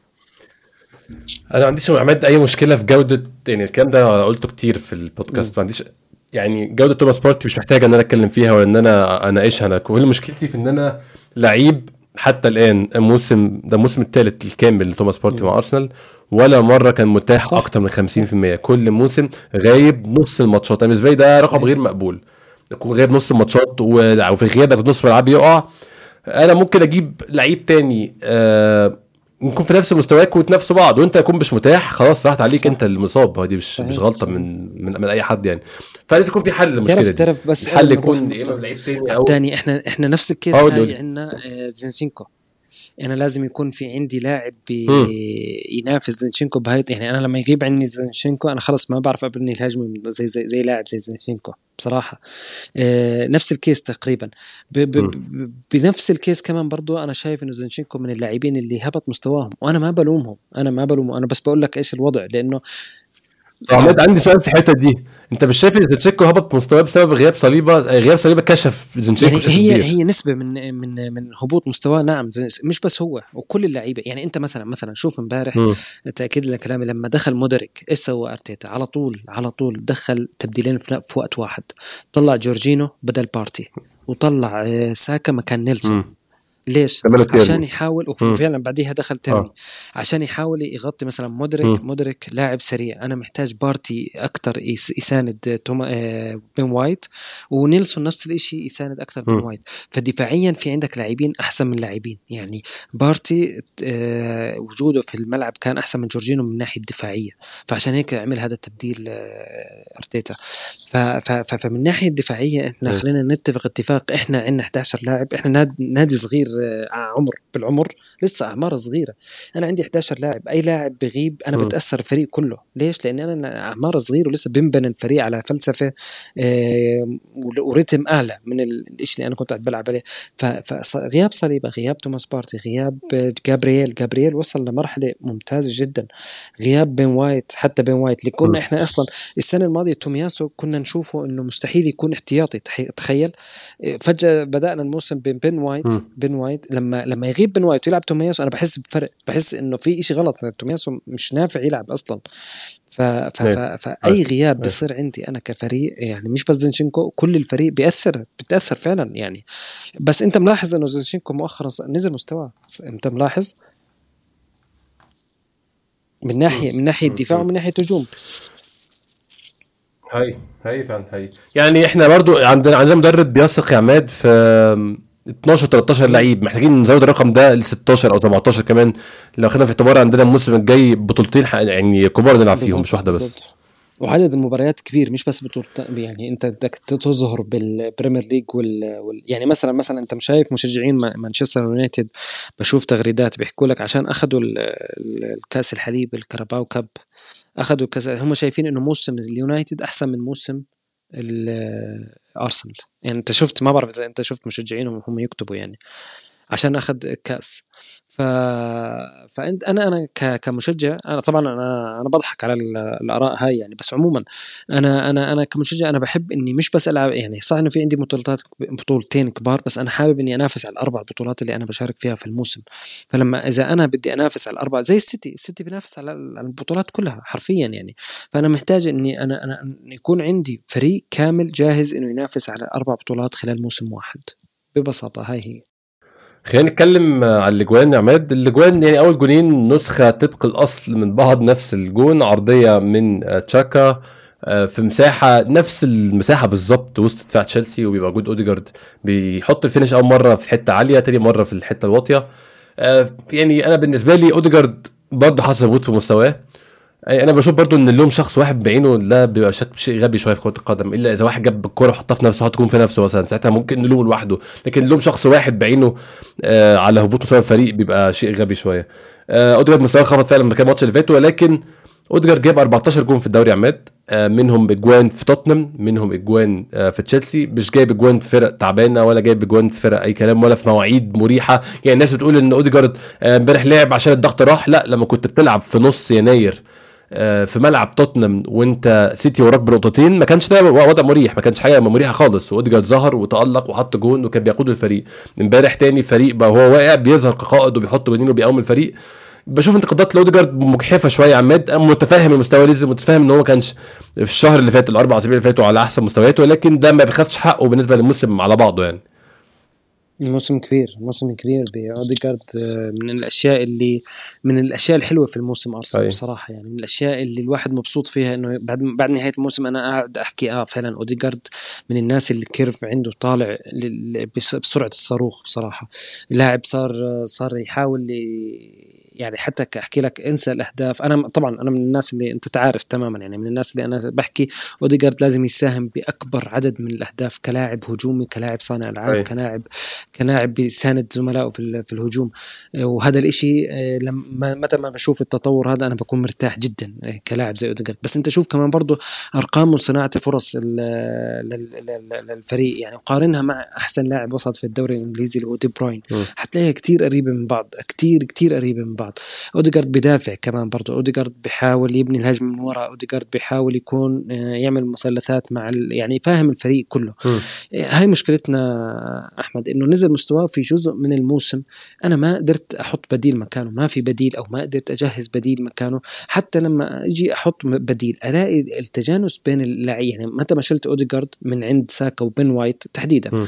انا ما عنديش عماد اي مشكله في جوده، يعني الكلام ده انا قلته كتير في البودكاست. ما عنديش يعني جوده توماس بارتي مش محتاجه ان انا اتكلم فيها ولا ان انا اناقشها. انا كل مشكلتي في ان انا لعيب حتى الان الموسم الثالث الكامل لتوماس بارتي مع ارسنال، ولا مره كان متاح صح. اكتر من 50%. كل موسم غايب نص الماتشات. انا بالنسبه لي ده رقم غير مقبول، يكون غايب نص الماتشات وفي غيابك نص ملعب يقع. انا ممكن اجيب لعيب تاني نكون في نفس مستواك وتنافسوا بعض، وانت يكون مش متاح، خلاص راحت عليك. صح. انت المصاب، دي مش غلطه من اي حد يعني. فلازم يكون في حل للمشكله دي. تعرف بس الحل قبل ما نروح يكون يا اما النقطة بلعيب تاني او الثانية، احنا نفس الكيس هاي دول. عندنا زينشينكو. انا لازم يكون في عندي لاعب مم. ينافس زينشينكو بهاي. يعني انا لما يغيب عني زينشينكو انا خلص ما بعرف ابني الهجمه زي لاعب زي زينشينكو بصراحه. نفس الكيس تقريبا. بنفس الكيس كمان برضو انا شايف انه زينشينكو من اللاعبين اللي هبط مستواهم، وانا ما بلومهم، انا بس بقول لك ايش الوضع. لانه عماد عندي سؤال في الحته دي. انت مش شايف ان زينشينكو هبط مستواه بسبب غياب صليبه كشف زينشينكو يعني بشكل كبير؟ هي نسبة من هبوط مستواه. نعم مش بس هو وكل اللعيبة. يعني انت مثلا شوف امبارح تأكيد لكلامي، لما دخل مودريك ايش سوى ارتيتا؟ على طول دخل تبديلين في وقت واحد. طلع جورجينو بدل بارتي، وطلع ساكا مكان نيلسون. ليش؟ كملوا تيرمي. عشان يحاول، وفعلا بعديها دخل تيرمي عشان يحاول يغطي مثلا مودريك لاعب سريع، انا محتاج بارتي اكتر يساند بين وايت، ونيلسون نفس الاشي يساند اكتر بين وايت. فدفاعيا في عندك لاعبين احسن من لاعبين، يعني بارتي وجوده في الملعب كان احسن من جورجينو من ناحيه دفاعيه، فعشان هيك عمل هذا التبديل ارتيتا. فمن ناحيه دفاعيه احنا خلينا نتفق اتفاق، احنا عندنا 11 لاعب، احنا نادي صغير بالعمر لسه اعمار صغيره. انا عندي 11 لاعب، اي لاعب بغيب انا بتاثر الفريق كله. ليش؟ لان انا اعمار صغير ولسه بنبني الفريق على فلسفه وريتم اعلى من الشيء اللي انا كنت بلعب عليه. فغياب صليبه، غياب توماس بارتي، غياب جابرييل وصل لمرحله ممتازه جدا، غياب بين وايت، حتى بين وايت اللي كنا احنا اصلا السنه الماضيه تومياسو كنا نشوفه انه مستحيل يكون احتياطي. تخيل فجاه بدانا الموسم بين وايت لما يغيب بين وايت ويلعب تومياسو، انا بحس بفرق، بحس انه في إشي غلط، تومياسو مش نافع يلعب اصلا. فأي غياب بيصير عندي أنا كفريق، يعني مش بس زينشينكو، كل الفريق بتأثر فعلا يعني. بس أنت ملاحظ إنه زينشينكو مؤخرا نزل مستواه، أنت ملاحظ من ناحية دفاع ومن ناحية هجوم. هاي فعلا هاي. يعني احنا برضو عندنا مدرب بيثق يا عماد في 12 13 لعيب، محتاجين نزود الرقم ده ل 16 او 17 كمان لو خدنا في اعتبار عندنا الموسم الجاي بطولتين يعني كبار نلعب فيهم مش واحده بس، وعدد المباريات كبير، مش بس بطولة. يعني انت بدك تظهر بالبريمير ليج يعني مثلا انت مش شايف مشجعين مانشستر يونايتد، بشوف تغريدات بيحكوا لك عشان اخذوا الكاس الحليب الكاراباو كاب، اخذوا كاس، هم شايفين انه موسم اليونايتد احسن من موسم الارسنال. يعني انت شفت، ما بعرف اذا انت شفت مشجعينهم هم يكتبوا يعني عشان اخذ كاس. فانت انا كمشجع، انا طبعا انا بضحك على الاراء هاي يعني، بس عموما انا كمشجع انا بحب اني مش بس العب، يعني صح انه في عندي بطولتين كبار، بس انا حابب اني انافس على الاربع بطولات اللي انا بشارك فيها في الموسم. فلما اذا انا بدي انافس على الاربع زي السيتي بينافس على البطولات كلها حرفيا يعني، فانا محتاج اني انا يكون عندي فريق كامل جاهز انه ينافس على 4 بطولات خلال موسم واحد ببساطه. هاي هي. خلينا نتكلم على الاجوان يا عماد. الاجوان يعني اول جونين نسخه طبق الاصل من بعض، نفس الجون عرضيه من تشاكا في مساحه نفس المساحه بالظبط وسط دفاع تشيلسي، وبيبقى موجود اوديجارد بيحط الفينش اول مره في حته عاليه، تاني مره في الحته الواطيه. يعني انا بالنسبه لي اوديجارد برضه حصل هبوط في مستواه. انا بشوف برضو ان اللوم شخص واحد بعينه ده بيبقى شيء غبي شويه في كره القدم، الا اذا واحد جاب الكوره وحطها في نفسه هتكون في نفسه مثلا، ساعتها ممكن نلوم لوحده. لكن اللوم شخص واحد بعينه على هبوط مستوى الفريق بيبقى شيء غبي شويه. اوديجارد مستواه خفض فعلا من الماتش اللي فات، ولكن اوديجارد جاب 14 جون في الدوري عماد، منهم اجوان في توتنهام، منهم اجوان في تشيلسي، مش جايب اجوان في فرق تعبانه ولا جايب اجوان في فرق اي كلام ولا في مواعيد مريحه. يعني الناس بتقول ان اوديجارد امبارح لعب عشان الضغط راح، لا، لما كنت بتلعب في نص يناير في ملعب توتنهام وانت سيتي وراك بنقطتين، ما كانش ده وضع مريح، ما كانش حاجه مريحه خالص. واوديجارد ظهر وتالق وحط جون وكان بيقود الفريق. امبارح تاني فريق بقى هو واقع بيظهر كقائد وبيحط جونين وبيقوم الفريق. بشوف انتقادات لاوديجارد مجحفه شويه يا عماد. انا متفاهم المستوى لسه، متفاهم ان هو كانش في الشهر اللي فات الاربع اسابيع اللي فاتوا على احسن مستوياته، ولكن ده ما بيخسش حقه بالنسبه للموسم على بعضه يعني. موسم كبير بأوديغارد، من الاشياء الحلوه في الموسم ارسنال بصراحه، يعني من الاشياء اللي الواحد مبسوط فيها انه بعد نهايه الموسم انا قاعد احكي فعلا اوديغارد من الناس اللي الكيرف عنده طالع بسرعه الصاروخ بصراحه. اللاعب صار يحاول يعني حتى احكي لك انسى الاهداف. انا طبعا انا من الناس اللي انت تعرف تماما، يعني من الناس اللي انا بحكي اوديغارد لازم يساهم باكبر عدد من الاهداف كلاعب هجومي، كلاعب صانع العاب، كلاعب بيساند زملائه في الهجوم. وهذا الاشي لما متى ما بشوف التطور هذا انا بكون مرتاح جدا كلاعب زي اوديغارد. بس انت شوف كمان برضو ارقام وصناعه الفرص للفريق، يعني قارنها مع احسن لاعب وسط في الدوري الانجليزي اللي هو دي بروين، حتلاقيها كتير قريبه من بعض، كتير قريبه من بعض. اوديغارد بدافع كمان برضو، اوديغارد بيحاول يبني الهجمه من وراء، اوديغارد بيحاول يكون يعمل مثلثات مع يعني فاهم الفريق كله. هاي مشكلتنا احمد، انه نزل مستواه في جزء من الموسم انا ما قدرت احط بديل مكانه، ما في بديل او ما قدرت اجهز بديل مكانه. حتى لما اجي احط بديل الاقي التجانس بين اللاعبين، يعني متى ما شلت اوديغارد من عند ساكا وبن وايت تحديدا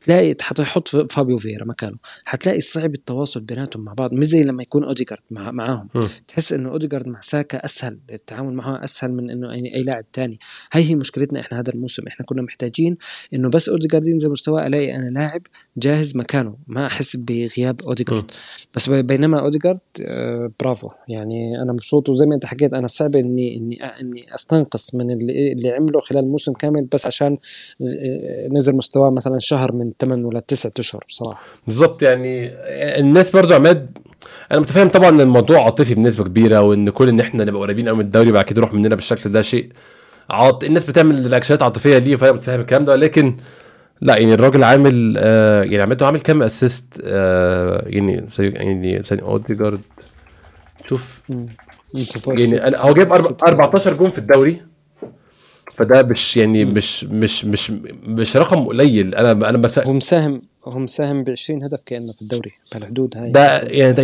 تلاقي حتحط فابيو فيرا مكانه، حتلاقي صعب التواصل بيناتهم مع بعض، مش زي لما يكون اوديجارد معاهم. تحس انه اوديجارد مع ساكا اسهل، التعامل معه اسهل من انه اي لاعب تاني. هي مشكلتنا احنا هذا الموسم، احنا كنا محتاجين انه بس اوديجارد ينزل مستوى، الاقي انا لاعب جاهز مكانه، ما احس بغياب اوديجارد. بس بينما اوديجارد برافو، يعني انا مبسوط. وزي ما انت حكيت انا صعب اني استنقص من اللي عمله خلال الموسم كامل بس عشان نزل مستوى مثلا شهر من 8 ولا 9 اشهر بصراحه. بالظبط. يعني الناس برضو عماد، انا متفاهم طبعا ان الموضوع عاطفي بنسبه كبيره، وان كل ان احنا نبقى قريبين قوي من الدوري بعد كده يروح مننا بالشكل ده شيء الناس بتعمل رياكشنات عاطفيه ليه، فانا متفاهم الكلام ده. لكن لا، يعني الراجل عامل يعني عامل كام اسيست يعني اوديجارد شوف يعني هو جايب 14 جون في الدوري، فده مش يعني مش رقم قليل. انا بس هو مساهم ب20 هدف كأنه في الدوري بهالحدود هاي. ده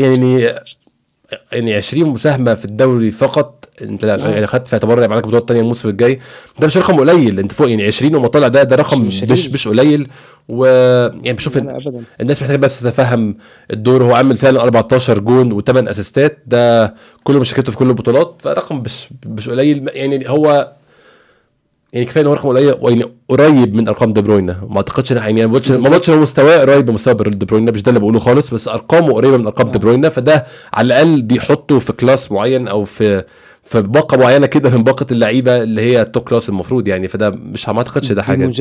يعني 20 مساهمه في الدوري فقط. انت يعني خدت في اعتبار يبقى عندك بطولات تانية الموسم الجاي، ده مش رقم قليل. انت فوق يعني 20 ومطلع، ده رقم مش قليل. ويعني بشوف الناس محتاجه بس تتفهم الدور. هو عامل فعلا 14 جون و8 اسيستات، ده كله مشاركته في كل البطولات، فرقم مش قليل. يعني هو يعني كفايه انه رقم قليل، يعني قريب من ارقام دي بروينا. ما اعتقدش يعني ما قلتش هو مستواه قريب من مستوى دي بروينا، مش ده اللي بقوله خالص، بس ارقامه قريبه من ارقام دي بروينا، فده على الاقل بيحطه في كلاس معين او في باقه معينه كده من باقه اللعيبه اللي هي التوب كلاس المفروض يعني. فده مش ما اعتقدش ده حاجه.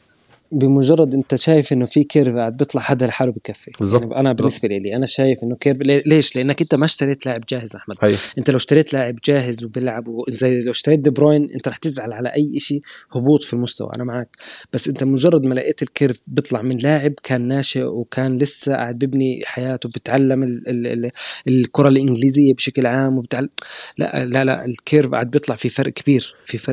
بمجرد انت شايف انه في كيرف قاعد بيطلع حدا لحاله بكفي. يعني انا بالنسبه لي انا شايف انه كيرف. ليش؟ لانك انت ما اشتريت لاعب جاهز احمد. انت لو اشتريت لاعب جاهز وبيلعب زي لو اشتريت دي بروين انت رح تزعل على اي شيء هبوط في المستوى، انا معك. بس انت مجرد ما لقيت الكيرف بيطلع من لاعب كان ناشئ وكان لسه قاعد بيبني حياته، بتعلم الكره الانجليزيه بشكل عام لا الكيرف قاعد بيطلع في فرق كبير،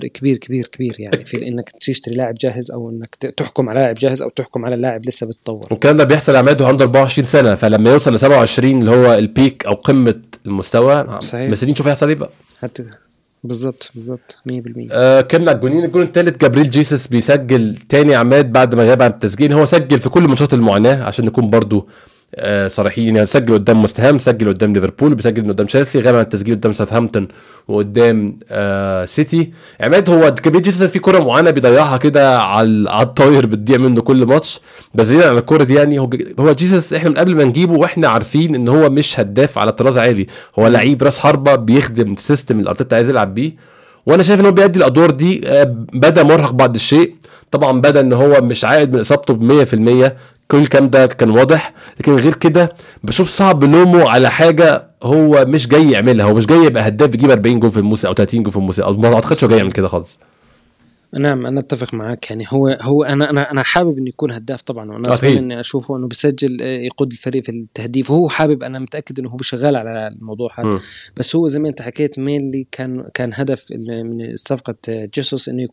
كبير يعني في انك تشتري لاعب جاهز او انك تحكم على لاعب جاهز او تحكم على لاعب لسه بتطور. والكلام ده بيحصل عماد عنده 24 سنه، فلما يوصل ل 27 اللي هو البيك او قمه المستوى، بس دي نشوف هيحصل ايه بقى. حتى بالظبط 100%. كمل على الجول الثالث. جابريل جيسوس بيسجل تاني عماد بعد ما غاب عن التسجيل. هو سجل في كل ماتشات المعاناه عشان نكون برضو صريحين، يعني سجل قدام مستهام، سجل قدام ليفربول، بيسجل قدام تشيلسي، غاب عن التسجيل قدام ساوثهامبتون وقدام سيتي. عماد هو جابريل جيسوس في كره معينه بيضيعها كده على الطاير، بتضيع منه كل ماتش. بس بعيدا عن الكره دي يعني هو جيسوس احنا من قبل ما نجيبه واحنا عارفين ان هو مش هداف على طراز عالي، هو لعيب راس حربه بيخدم السيستم اللي ارتيتا عايز يلعب بيه. وانا شايف ان هو بيأدي الادوار دي. بدا مرهق بعض الشيء طبعا، بدا ان هو مش عائد من اصابته ب100%، كل الكلام ده كان واضح. لكن غير كده بشوف صعب لومه على حاجه هو مش جاي يعملها. هو مش جاي يبقى هداف يجيب 40 جول في الموسم او 30 جول في الموسم، او ما اعتقدش هو جاي يعمل كده خالص. نعم انا اتفق معك. يعني هو انا حابب انه يكون هداف طبعا، وانا اتمنى اني اشوفه انه بيسجل يقود الفريق في التهديف، وهو حابب. انا متاكد انه هو شغال على الموضوع هذا. بس هو زي ما انت حكيت مينلي كان هدف من صفقه جيسوس انه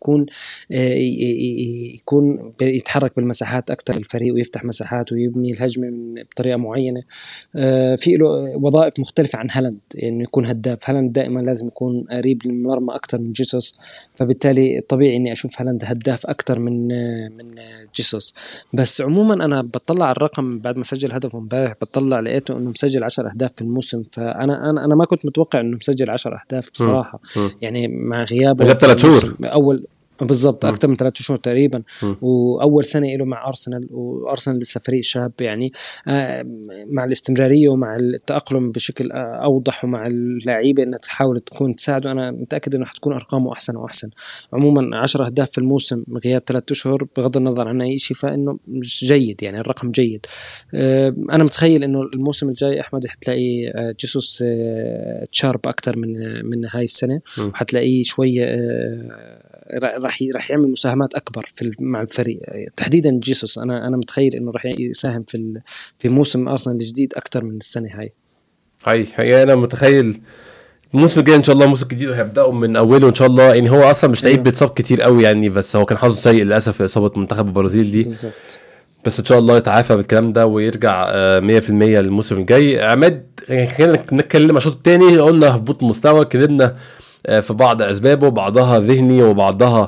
يكون يتحرك بالمساحات اكثر الفريق، ويفتح مساحات ويبني الهجمه بطريقه معينه. في له وظائف مختلفه عن هالاند، انه يعني يكون هداف. هالاند دائما لازم يكون قريب للمرمى اكثر من جيسوس، فبالتالي طبيعي اني اشوف هالاند هداف اكثر من جيسوس. بس عموما انا بطلع على الرقم بعد ما سجل هدفه امبارح، بطلع لقيته انه مسجل 10 اهداف في الموسم. فانا ما كنت متوقع انه مسجل 10 اهداف بصراحه. يعني مع غيابه 3 شهور اول بالضبط أكثر من 3 شهور تقريبا. وأول سنة له مع أرسنال، وأرسنال لسه فريق شاب يعني. مع الاستمرارية ومع التأقلم بشكل أوضح، ومع اللعيبة إنها تحاول تكون تساعده، أنا متأكد إنه حتكون أرقامه أحسن وأحسن. عموما 10 أهداف في الموسم غياب 3 أشهر بغض النظر عن أي شيء، فإنه مش جيد يعني، الرقم جيد. أنا متخيل إنه الموسم الجاي أحمد حتلاقي جيسوس تشارب أكتر من هاي السنة، وحتلاقيه شوية راح يعمل مساهمات اكبر مع الفريق تحديدا جيسوس. انا متخيل انه راح يساهم في موسم ارسنال الجديد اكتر من السنه هاي انا متخيل الموسم الجاي ان شاء الله موسم جديد وهيبداوا من اوله ان شاء الله. يعني هو اصلا مش لعيب بيتصاب كتير قوي يعني، بس هو كان حظه سيء للاسف في اصابه منتخب البرازيل دي بالظبط. بس ان شاء الله يتعافى بالكلام ده ويرجع 100% للموسم الجاي. عماد خلينا نتكلم الشوط الثاني. قلنا هبوط مستوى، اتكلمنا في بعض اسبابه، بعضها ذهني وبعضها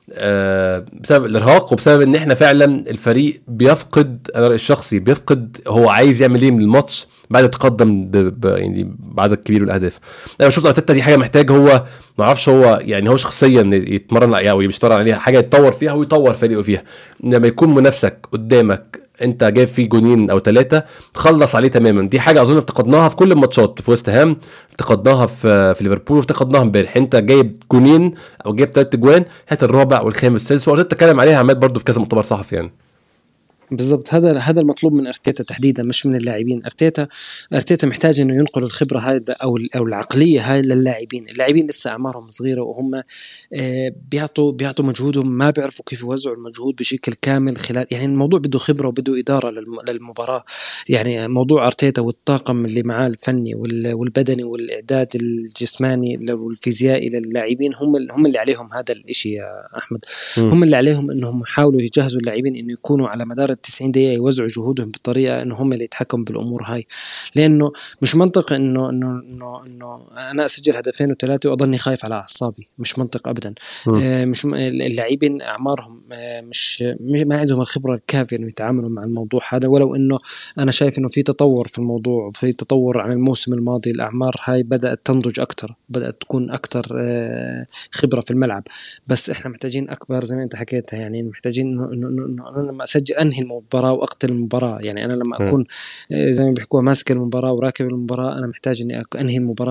بسبب الارهاق وبسبب ان احنا فعلا الفريق بيفقد، انا الشخصي بيفقد هو عايز يعمل ايه من الماتش بعد التقدم يعني بعد الكبير والاهداف. انا بشوف ارتيتا دي حاجه محتاج، هو ما اعرفش هو يعني هو شخصيا يتمرن عليها او يشتغل عليها، حاجه يتطور فيها ويطور فريقه فيها. لما يكون منافسك قدامك انت جايب فيه جونين او 3 تخلص عليه تماما، دي حاجه اظن افتقدناها في كل الماتشات، في ويست هام افتقدناها في ليفربول وافتقدناها امبارح. انت جايب جونين او جايب 3 جوان، هات الرابع والخامس والسادس، وقلت اتكلم عليها عماد برضو في كذا مؤتمر صحفي يعني. بالضبط، هذا المطلوب من ارتيتا تحديدا مش من اللاعبين. ارتيتا محتاج انه ينقل الخبره هاي او العقليه هاي للاعبين. اللاعبين لسه اعمارهم صغيره وهم بيعطوا مجهودهم، ما بيعرفوا كيف يوزعوا المجهود بشكل كامل خلال، يعني الموضوع بده خبره وبده اداره للمباراه. يعني موضوع ارتيتا والطاقم اللي معاه الفني والبدني والاعداد الجسماني والفيزيائي للاعبين هم اللي عليهم هذا الاشي يا احمد. هم اللي عليهم انهم يحاولوا يجهزوا اللاعبين انه يكونوا على مدار 90 دقيقة يوزعوا جهودهم بطريقة إنه هم اللي يتحكموا بالأمور هاي. لأنه مش منطق إنه أنا أسجل 2 و3 وأضلني خايف على أعصابي، مش منطق أبدا. مش اللاعبين أعمارهم مش ما عندهم الخبرة الكافية إنه يتعاملوا مع الموضوع هذا. ولو إنه أنا شايف إنه في تطور في الموضوع، في تطور عن الموسم الماضي، الأعمار هاي بدأت تنضج أكتر، بدأت تكون أكتر خبرة في الملعب. بس إحنا محتاجين أكبر زي ما أنت حكيتها، يعني محتاجين إنه أنا لما أسجل أنهي المباراة وأقتل المباراة. يعني أنا لما أكون زي ما بيحكوها ماسك المباراة وراكب المباراة، أنا محتاج إني أنهي المباراة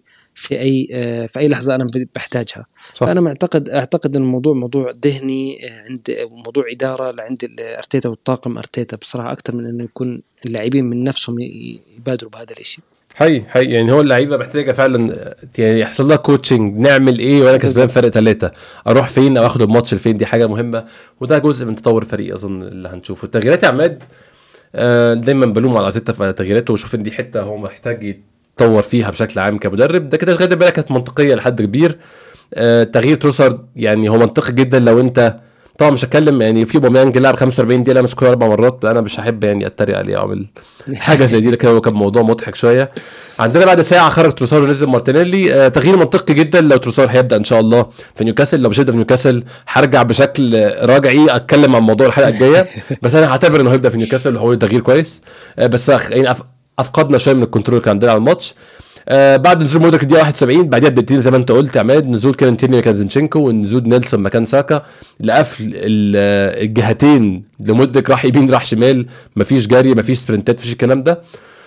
في أي لحظة أنا بحتاجها. صح. فأنا أعتقد إن الموضوع موضوع ذهني عند موضوع إدارة لعند أرتيتا والطاقم أرتيتا بصراحة، أكتر من إنه يكون اللاعبين من نفسهم يبادروا بهذا الشيء. حي يعني هو اللعيبه محتاجه فعلا يعني يحصل لها كوتشنج، نعمل ايه وانا كسبان فرق 3 اروح فين او اخد الماتش لفين، دي حاجه مهمه وده جزء من تطور الفريق اظن اللي هنشوفه. التغييرات يا عماد دايما بلوم على ارتيتا في تغييراته وشوف ان دي حته هو محتاج يتطور فيها بشكل عام كمدرب. ده كده لغايه دلوقتي كانت منطقيه لحد كبير. تغيير تروسارد يعني هو منطقي جدا، لو انت طبعا مش هتكلم يعني في اوباميانج لعب 45 دقيقه مسكه 4 مرات، انا مش هحب يعني اتريق عليه اعمل حاجه زي دي، لكن هو كان موضوع مضحك شويه. عندنا بعد ساعه خرج تروسار ونزل مارتينيلي. تغيير منطقي جدا لو تروسار هيبدا ان شاء الله في نيوكاسل. لو مش هيبدا في نيوكاسل هرجع بشكل راجعي اتكلم عن موضوع الحلقه الجايه، بس انا هعتبر انه هيبدا في نيوكاسل وهو تغيير كويس. بس يعني افقدنا شويه من الكنترول اللي كان عندنا على الماتش. بعد نزول مودريك دقيقه 71 بعدها بدقيقتين زي ما انت قلت يا عماد، نزول كارنتيني مكان زينشينكو ونزول نيلسون مكان ساكا لقفل الجهتين لمودريك، راح يمين راح شمال، مفيش جري مفيش سبرنتات مفيش الكلام ده.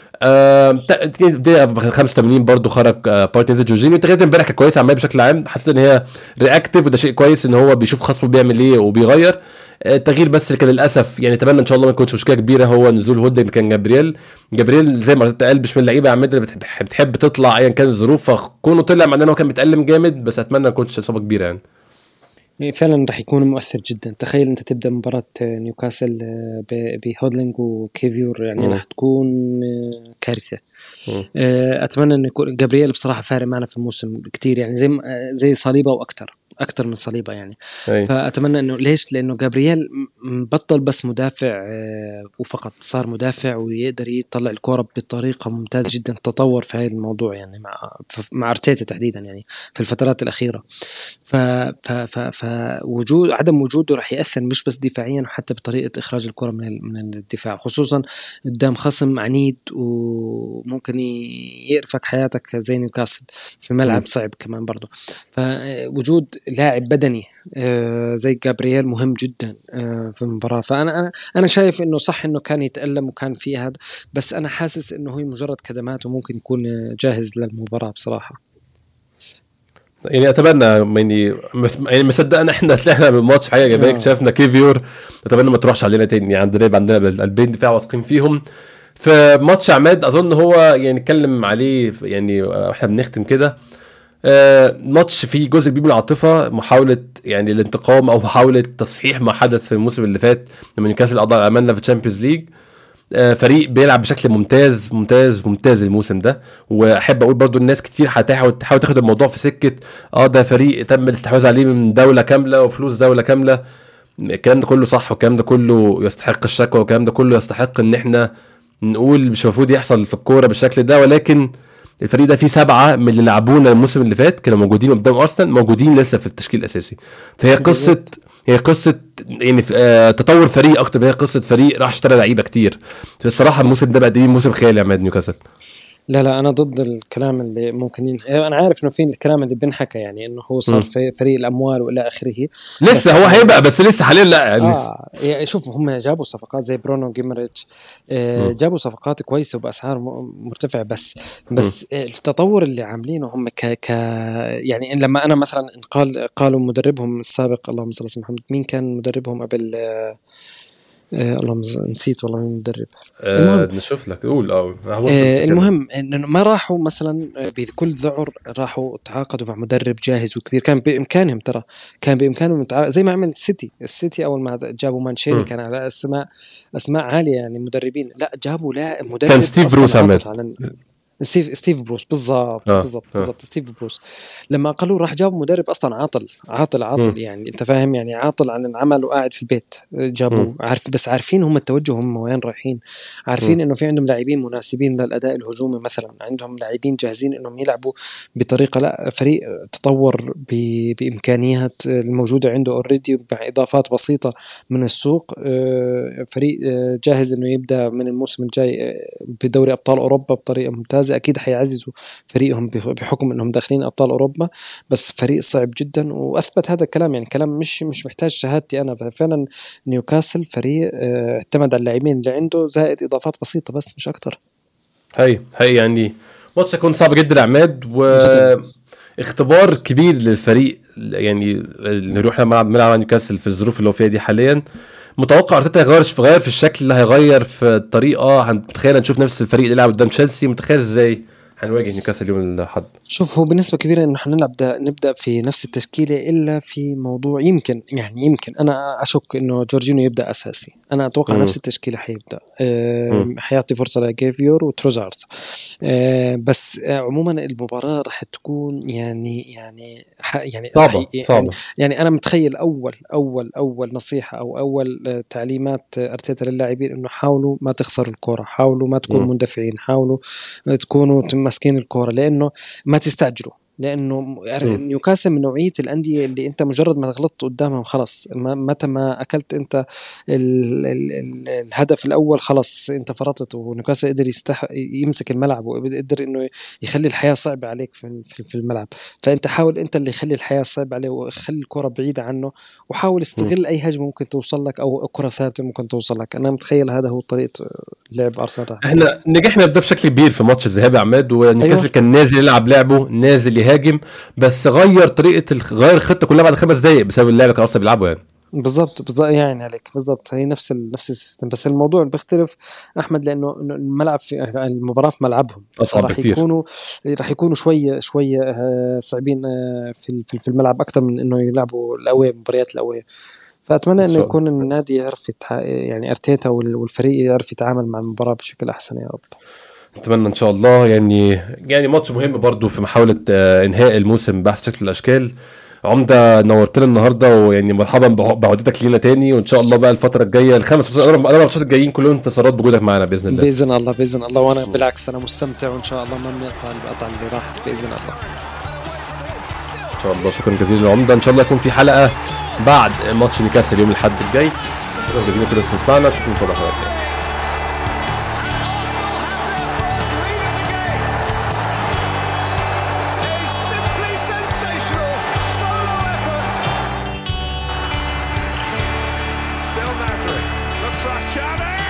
دقيقه 85 برضو خرج بارتنز جورجينيو. تغييرات امبارح كانت كويسه عماد بشكل عام، حسيت ان هي رياكتيف وده شيء كويس ان هو بيشوف خصمه بيعمل ايه وبيغير. التغيير بس اللي كان للاسف يعني اتمنى ان شاء الله ما يكونش مشكله كبيره هو نزول هودي مكان جابرييل زي ما اتقال مش من اللعيبه عماد اللي بتحب تطلع ايا كان الظروف، فكونه طلع مع انه كان بيتألم جامد، بس اتمنى ما يكونش اصابه كبيره يعني. فعلا رح يكون مؤثر جدا. تخيل انت تبدا مباراه نيوكاسل بهودلينج وكيفيور، يعني رح تكون كارثه. اتمنى انه يكون جابرييل بصراحه فارق معنا في الموسم كتير، يعني زي صليبه واكتر من صليبه يعني. فاتمنى انه ليش، لانه جابرييل بطل بس مدافع وفقط، صار مدافع ويقدر يطلع الكرة بطريقه ممتازه جدا. تطور في هذا الموضوع يعني مع ارتيتا تحديدا يعني في الفترات الاخيره. فوجود عدم وجوده راح ياثر مش بس دفاعيا وحتى بطريقه اخراج الكرة من الدفاع، خصوصا قدام خصم عنيد وممكن يقرفك حياتك زي نيوكاسل في ملعب صعب كمان برضو. فوجود لاعب بدني زي جابرييل مهم جدا في المباراة. فأنا شايف إنه صح إنه كان يتألم وكان فيه هذا، بس أنا حاسس إنه هو مجرد كدمات وممكن يكون جاهز للمباراة بصراحة. يعني اتمنى يعني مصدقنا احنا طلعنا من الماتش حاجه جميله، شافنا كيفيور، اتمنى ما تروحش علينا تاني. عندنا البين دفاع واثقين فيهم. في ماتش عماد اظن هو يعني نتكلم عليه يعني احنا بنختم كده. ماتش فيه جزء كبير من العاطفه، محاوله يعني الانتقام او محاوله تصحيح ما حدث في الموسم اللي فات لما نيوكاسل قضى على املنا في الشامبيونز ليج. فريق بيلعب بشكل ممتاز ممتاز ممتاز الموسم ده، واحب اقول برضو الناس كتير هتحاول تاخد الموضوع في سكه ده فريق تم الاستحواذ عليه من دوله كامله وفلوس دوله كامله. الكلام ده كله صح والكلام ده كله يستحق الشكوى والكلام ده كله يستحق ان احنا نقول مش المفروض يحصل في الكوره بالشكل ده، ولكن الفريق ده فيه 7 من اللي لعبونا الموسم اللي فات كانوا موجودين قدام ارسنال موجودين لسه في التشكيل الاساسي. فهي قصه يعني تطور فريق اكتر من هي قصه فريق راح اشترى لعيبه كتير. الصراحه الموسم ده بقى موسم خيالي يا عماد نيوكاسل. لا انا ضد الكلام اللي ممكن انا عارف انه في الكلام اللي بنحكى يعني انه هو صار في فريق الاموال والى اخره لسه هو هيبقى بس لسه حاليا لا يعني شوف هم جابوا صفقات زي برونو جيمريتش جابوا صفقات كويسه وباسعار مرتفعه بس التطور اللي عاملينه هم يعني لما انا مثلا قالوا مدربهم السابق اللهم صل على محمد مين كان مدربهم قبل اللهم نسيت والله مين المدرب. نشوف لك قول المهم انه ما راحوا مثلا بكل ذعر راحوا تعاقدوا مع مدرب جاهز وكبير. كان بامكانهم كان بامكانهم زي ما عمل السيتي اول ما جابوا مانشيني كان على اسماء عاليه يعني مدربين. لا جابوا مدرب كان ستيف بروس ستيف بروس بالضبط ستيف بروس. لما قالوا راح جابوا مدرب اصلا عاطل يعني انت فاهم يعني عاطل عن العمل وقاعد في البيت. جابوا بس عارفين هم التوجه هم وين رايحين. عارفين انه في عندهم لاعبين مناسبين للاداء الهجومي مثلا. عندهم لاعبين جاهزين انهم يلعبوا بطريقه لا فريق تطور بامكانيات الموجوده عنده اوريدي مع اضافات بسيطه من السوق. فريق جاهز انه يبدا من الموسم الجاي بدوري ابطال اوروبا بطريقه ممتازه. اكيد حيعززوا فريقهم بحكم انهم داخلين ابطال اوروبا بس فريق صعب جدا واثبت هذا الكلام يعني كلام مش محتاج شهادتي انا. فعلا نيوكاسل فريق اعتمد على اللاعبين اللي عنده زائد اضافات بسيطه بس مش اكتر. هي يعني ماتش يكون صعب جدا عماد واختبار كبير للفريق يعني اللي نروح ملعب نيوكاسل في الظروف اللي هو فيها دي حاليا. متوقع ارتيتا يغير في الشكل اللي هيغير في الطريقه. متخيل نشوف نفس الفريق اللي لعب قدام تشيلسي. متخيل ازاي هنواجه نيوكاسل يوم الاحد؟ شوف هو بنسبه كبيره انه نبدا في نفس التشكيله الا في موضوع يمكن انا اشك انه جورجينو يبدا اساسي. انا اتوقع نفس التشكيله حيبدا حيعطي فرصه لجيفيور وتروزارد. بس عموما المباراه راح تكون يعني صعبة. يعني انا متخيل اول نصيحه او اول تعليمات ارتيتا للاعبين انه حاولوا ما تخسروا الكره. حاولوا ما تكونوا مندفعين. حاولوا تكونوا ماسكين الكره لانه ما تستعجلوا. لانه نيوكاسل من نوعيه الانديه اللي انت مجرد ما غلطت قدامهم خلاص متى ما اكلت انت الهدف الاول خلاص انت فرطت. ونيوكاسل قدر يمسك الملعب وقدر انه يخلي الحياه صعبه عليك في الملعب. فانت حاول انت اللي يخلي الحياه صعبه عليه وخلي الكره بعيده عنه وحاول استغل اي هجمه ممكن توصل لك او كره ثابته ممكن توصل لك. انا متخيل هذا هو طريقه لعب ارسنال. احنا نجحنا بده بشكل كبير في ماتش الذهاب يا عماد ونيوكاسل كان نازل يلعب لعبه نازل يهاجم بس غير الخطه كلها بعد 5 دقايق بسبب اللعبه كان اصلا بيلعبوا يعني. بالضبط يعني عليك بالضبط. هي نفس السيستم بس الموضوع بيختلف احمد لانه الملعب في المباراه في ملعبهم راح يكونوا شويه صعبين في الملعب اكثر من انه يلعبوا الاوي مباريات الاوي. فاتمنى انه يكون النادي يعرف يعني ارتيتا والفريق يعرف يتعامل مع المباراه بشكل احسن يا رب. اتمنى ان شاء الله. يعني ماتش مهم برضو في محاوله انهاء الموسم بحث شكل الاشكال. عمده نورتنا النهارده ويعني مرحبا بعودتك لينا تاني وان شاء الله بقى الفتره الجايه ال5 ماتشات الجايين كلهم انتصارات بوجودك معنا باذن الله. باذن الله وانا بالعكس انا مستمتع وان شاء الله ما بنقطع اللي راح باذن الله ان شاء الله. شكرا جزيلا للعمده. ان شاء الله يكون في حلقه بعد ماتش نيوكاسل يوم الاحد الجاي. شكرا جزيلا كده استمعنا. نشوفكم ان شاء الله الحلقه الجايه.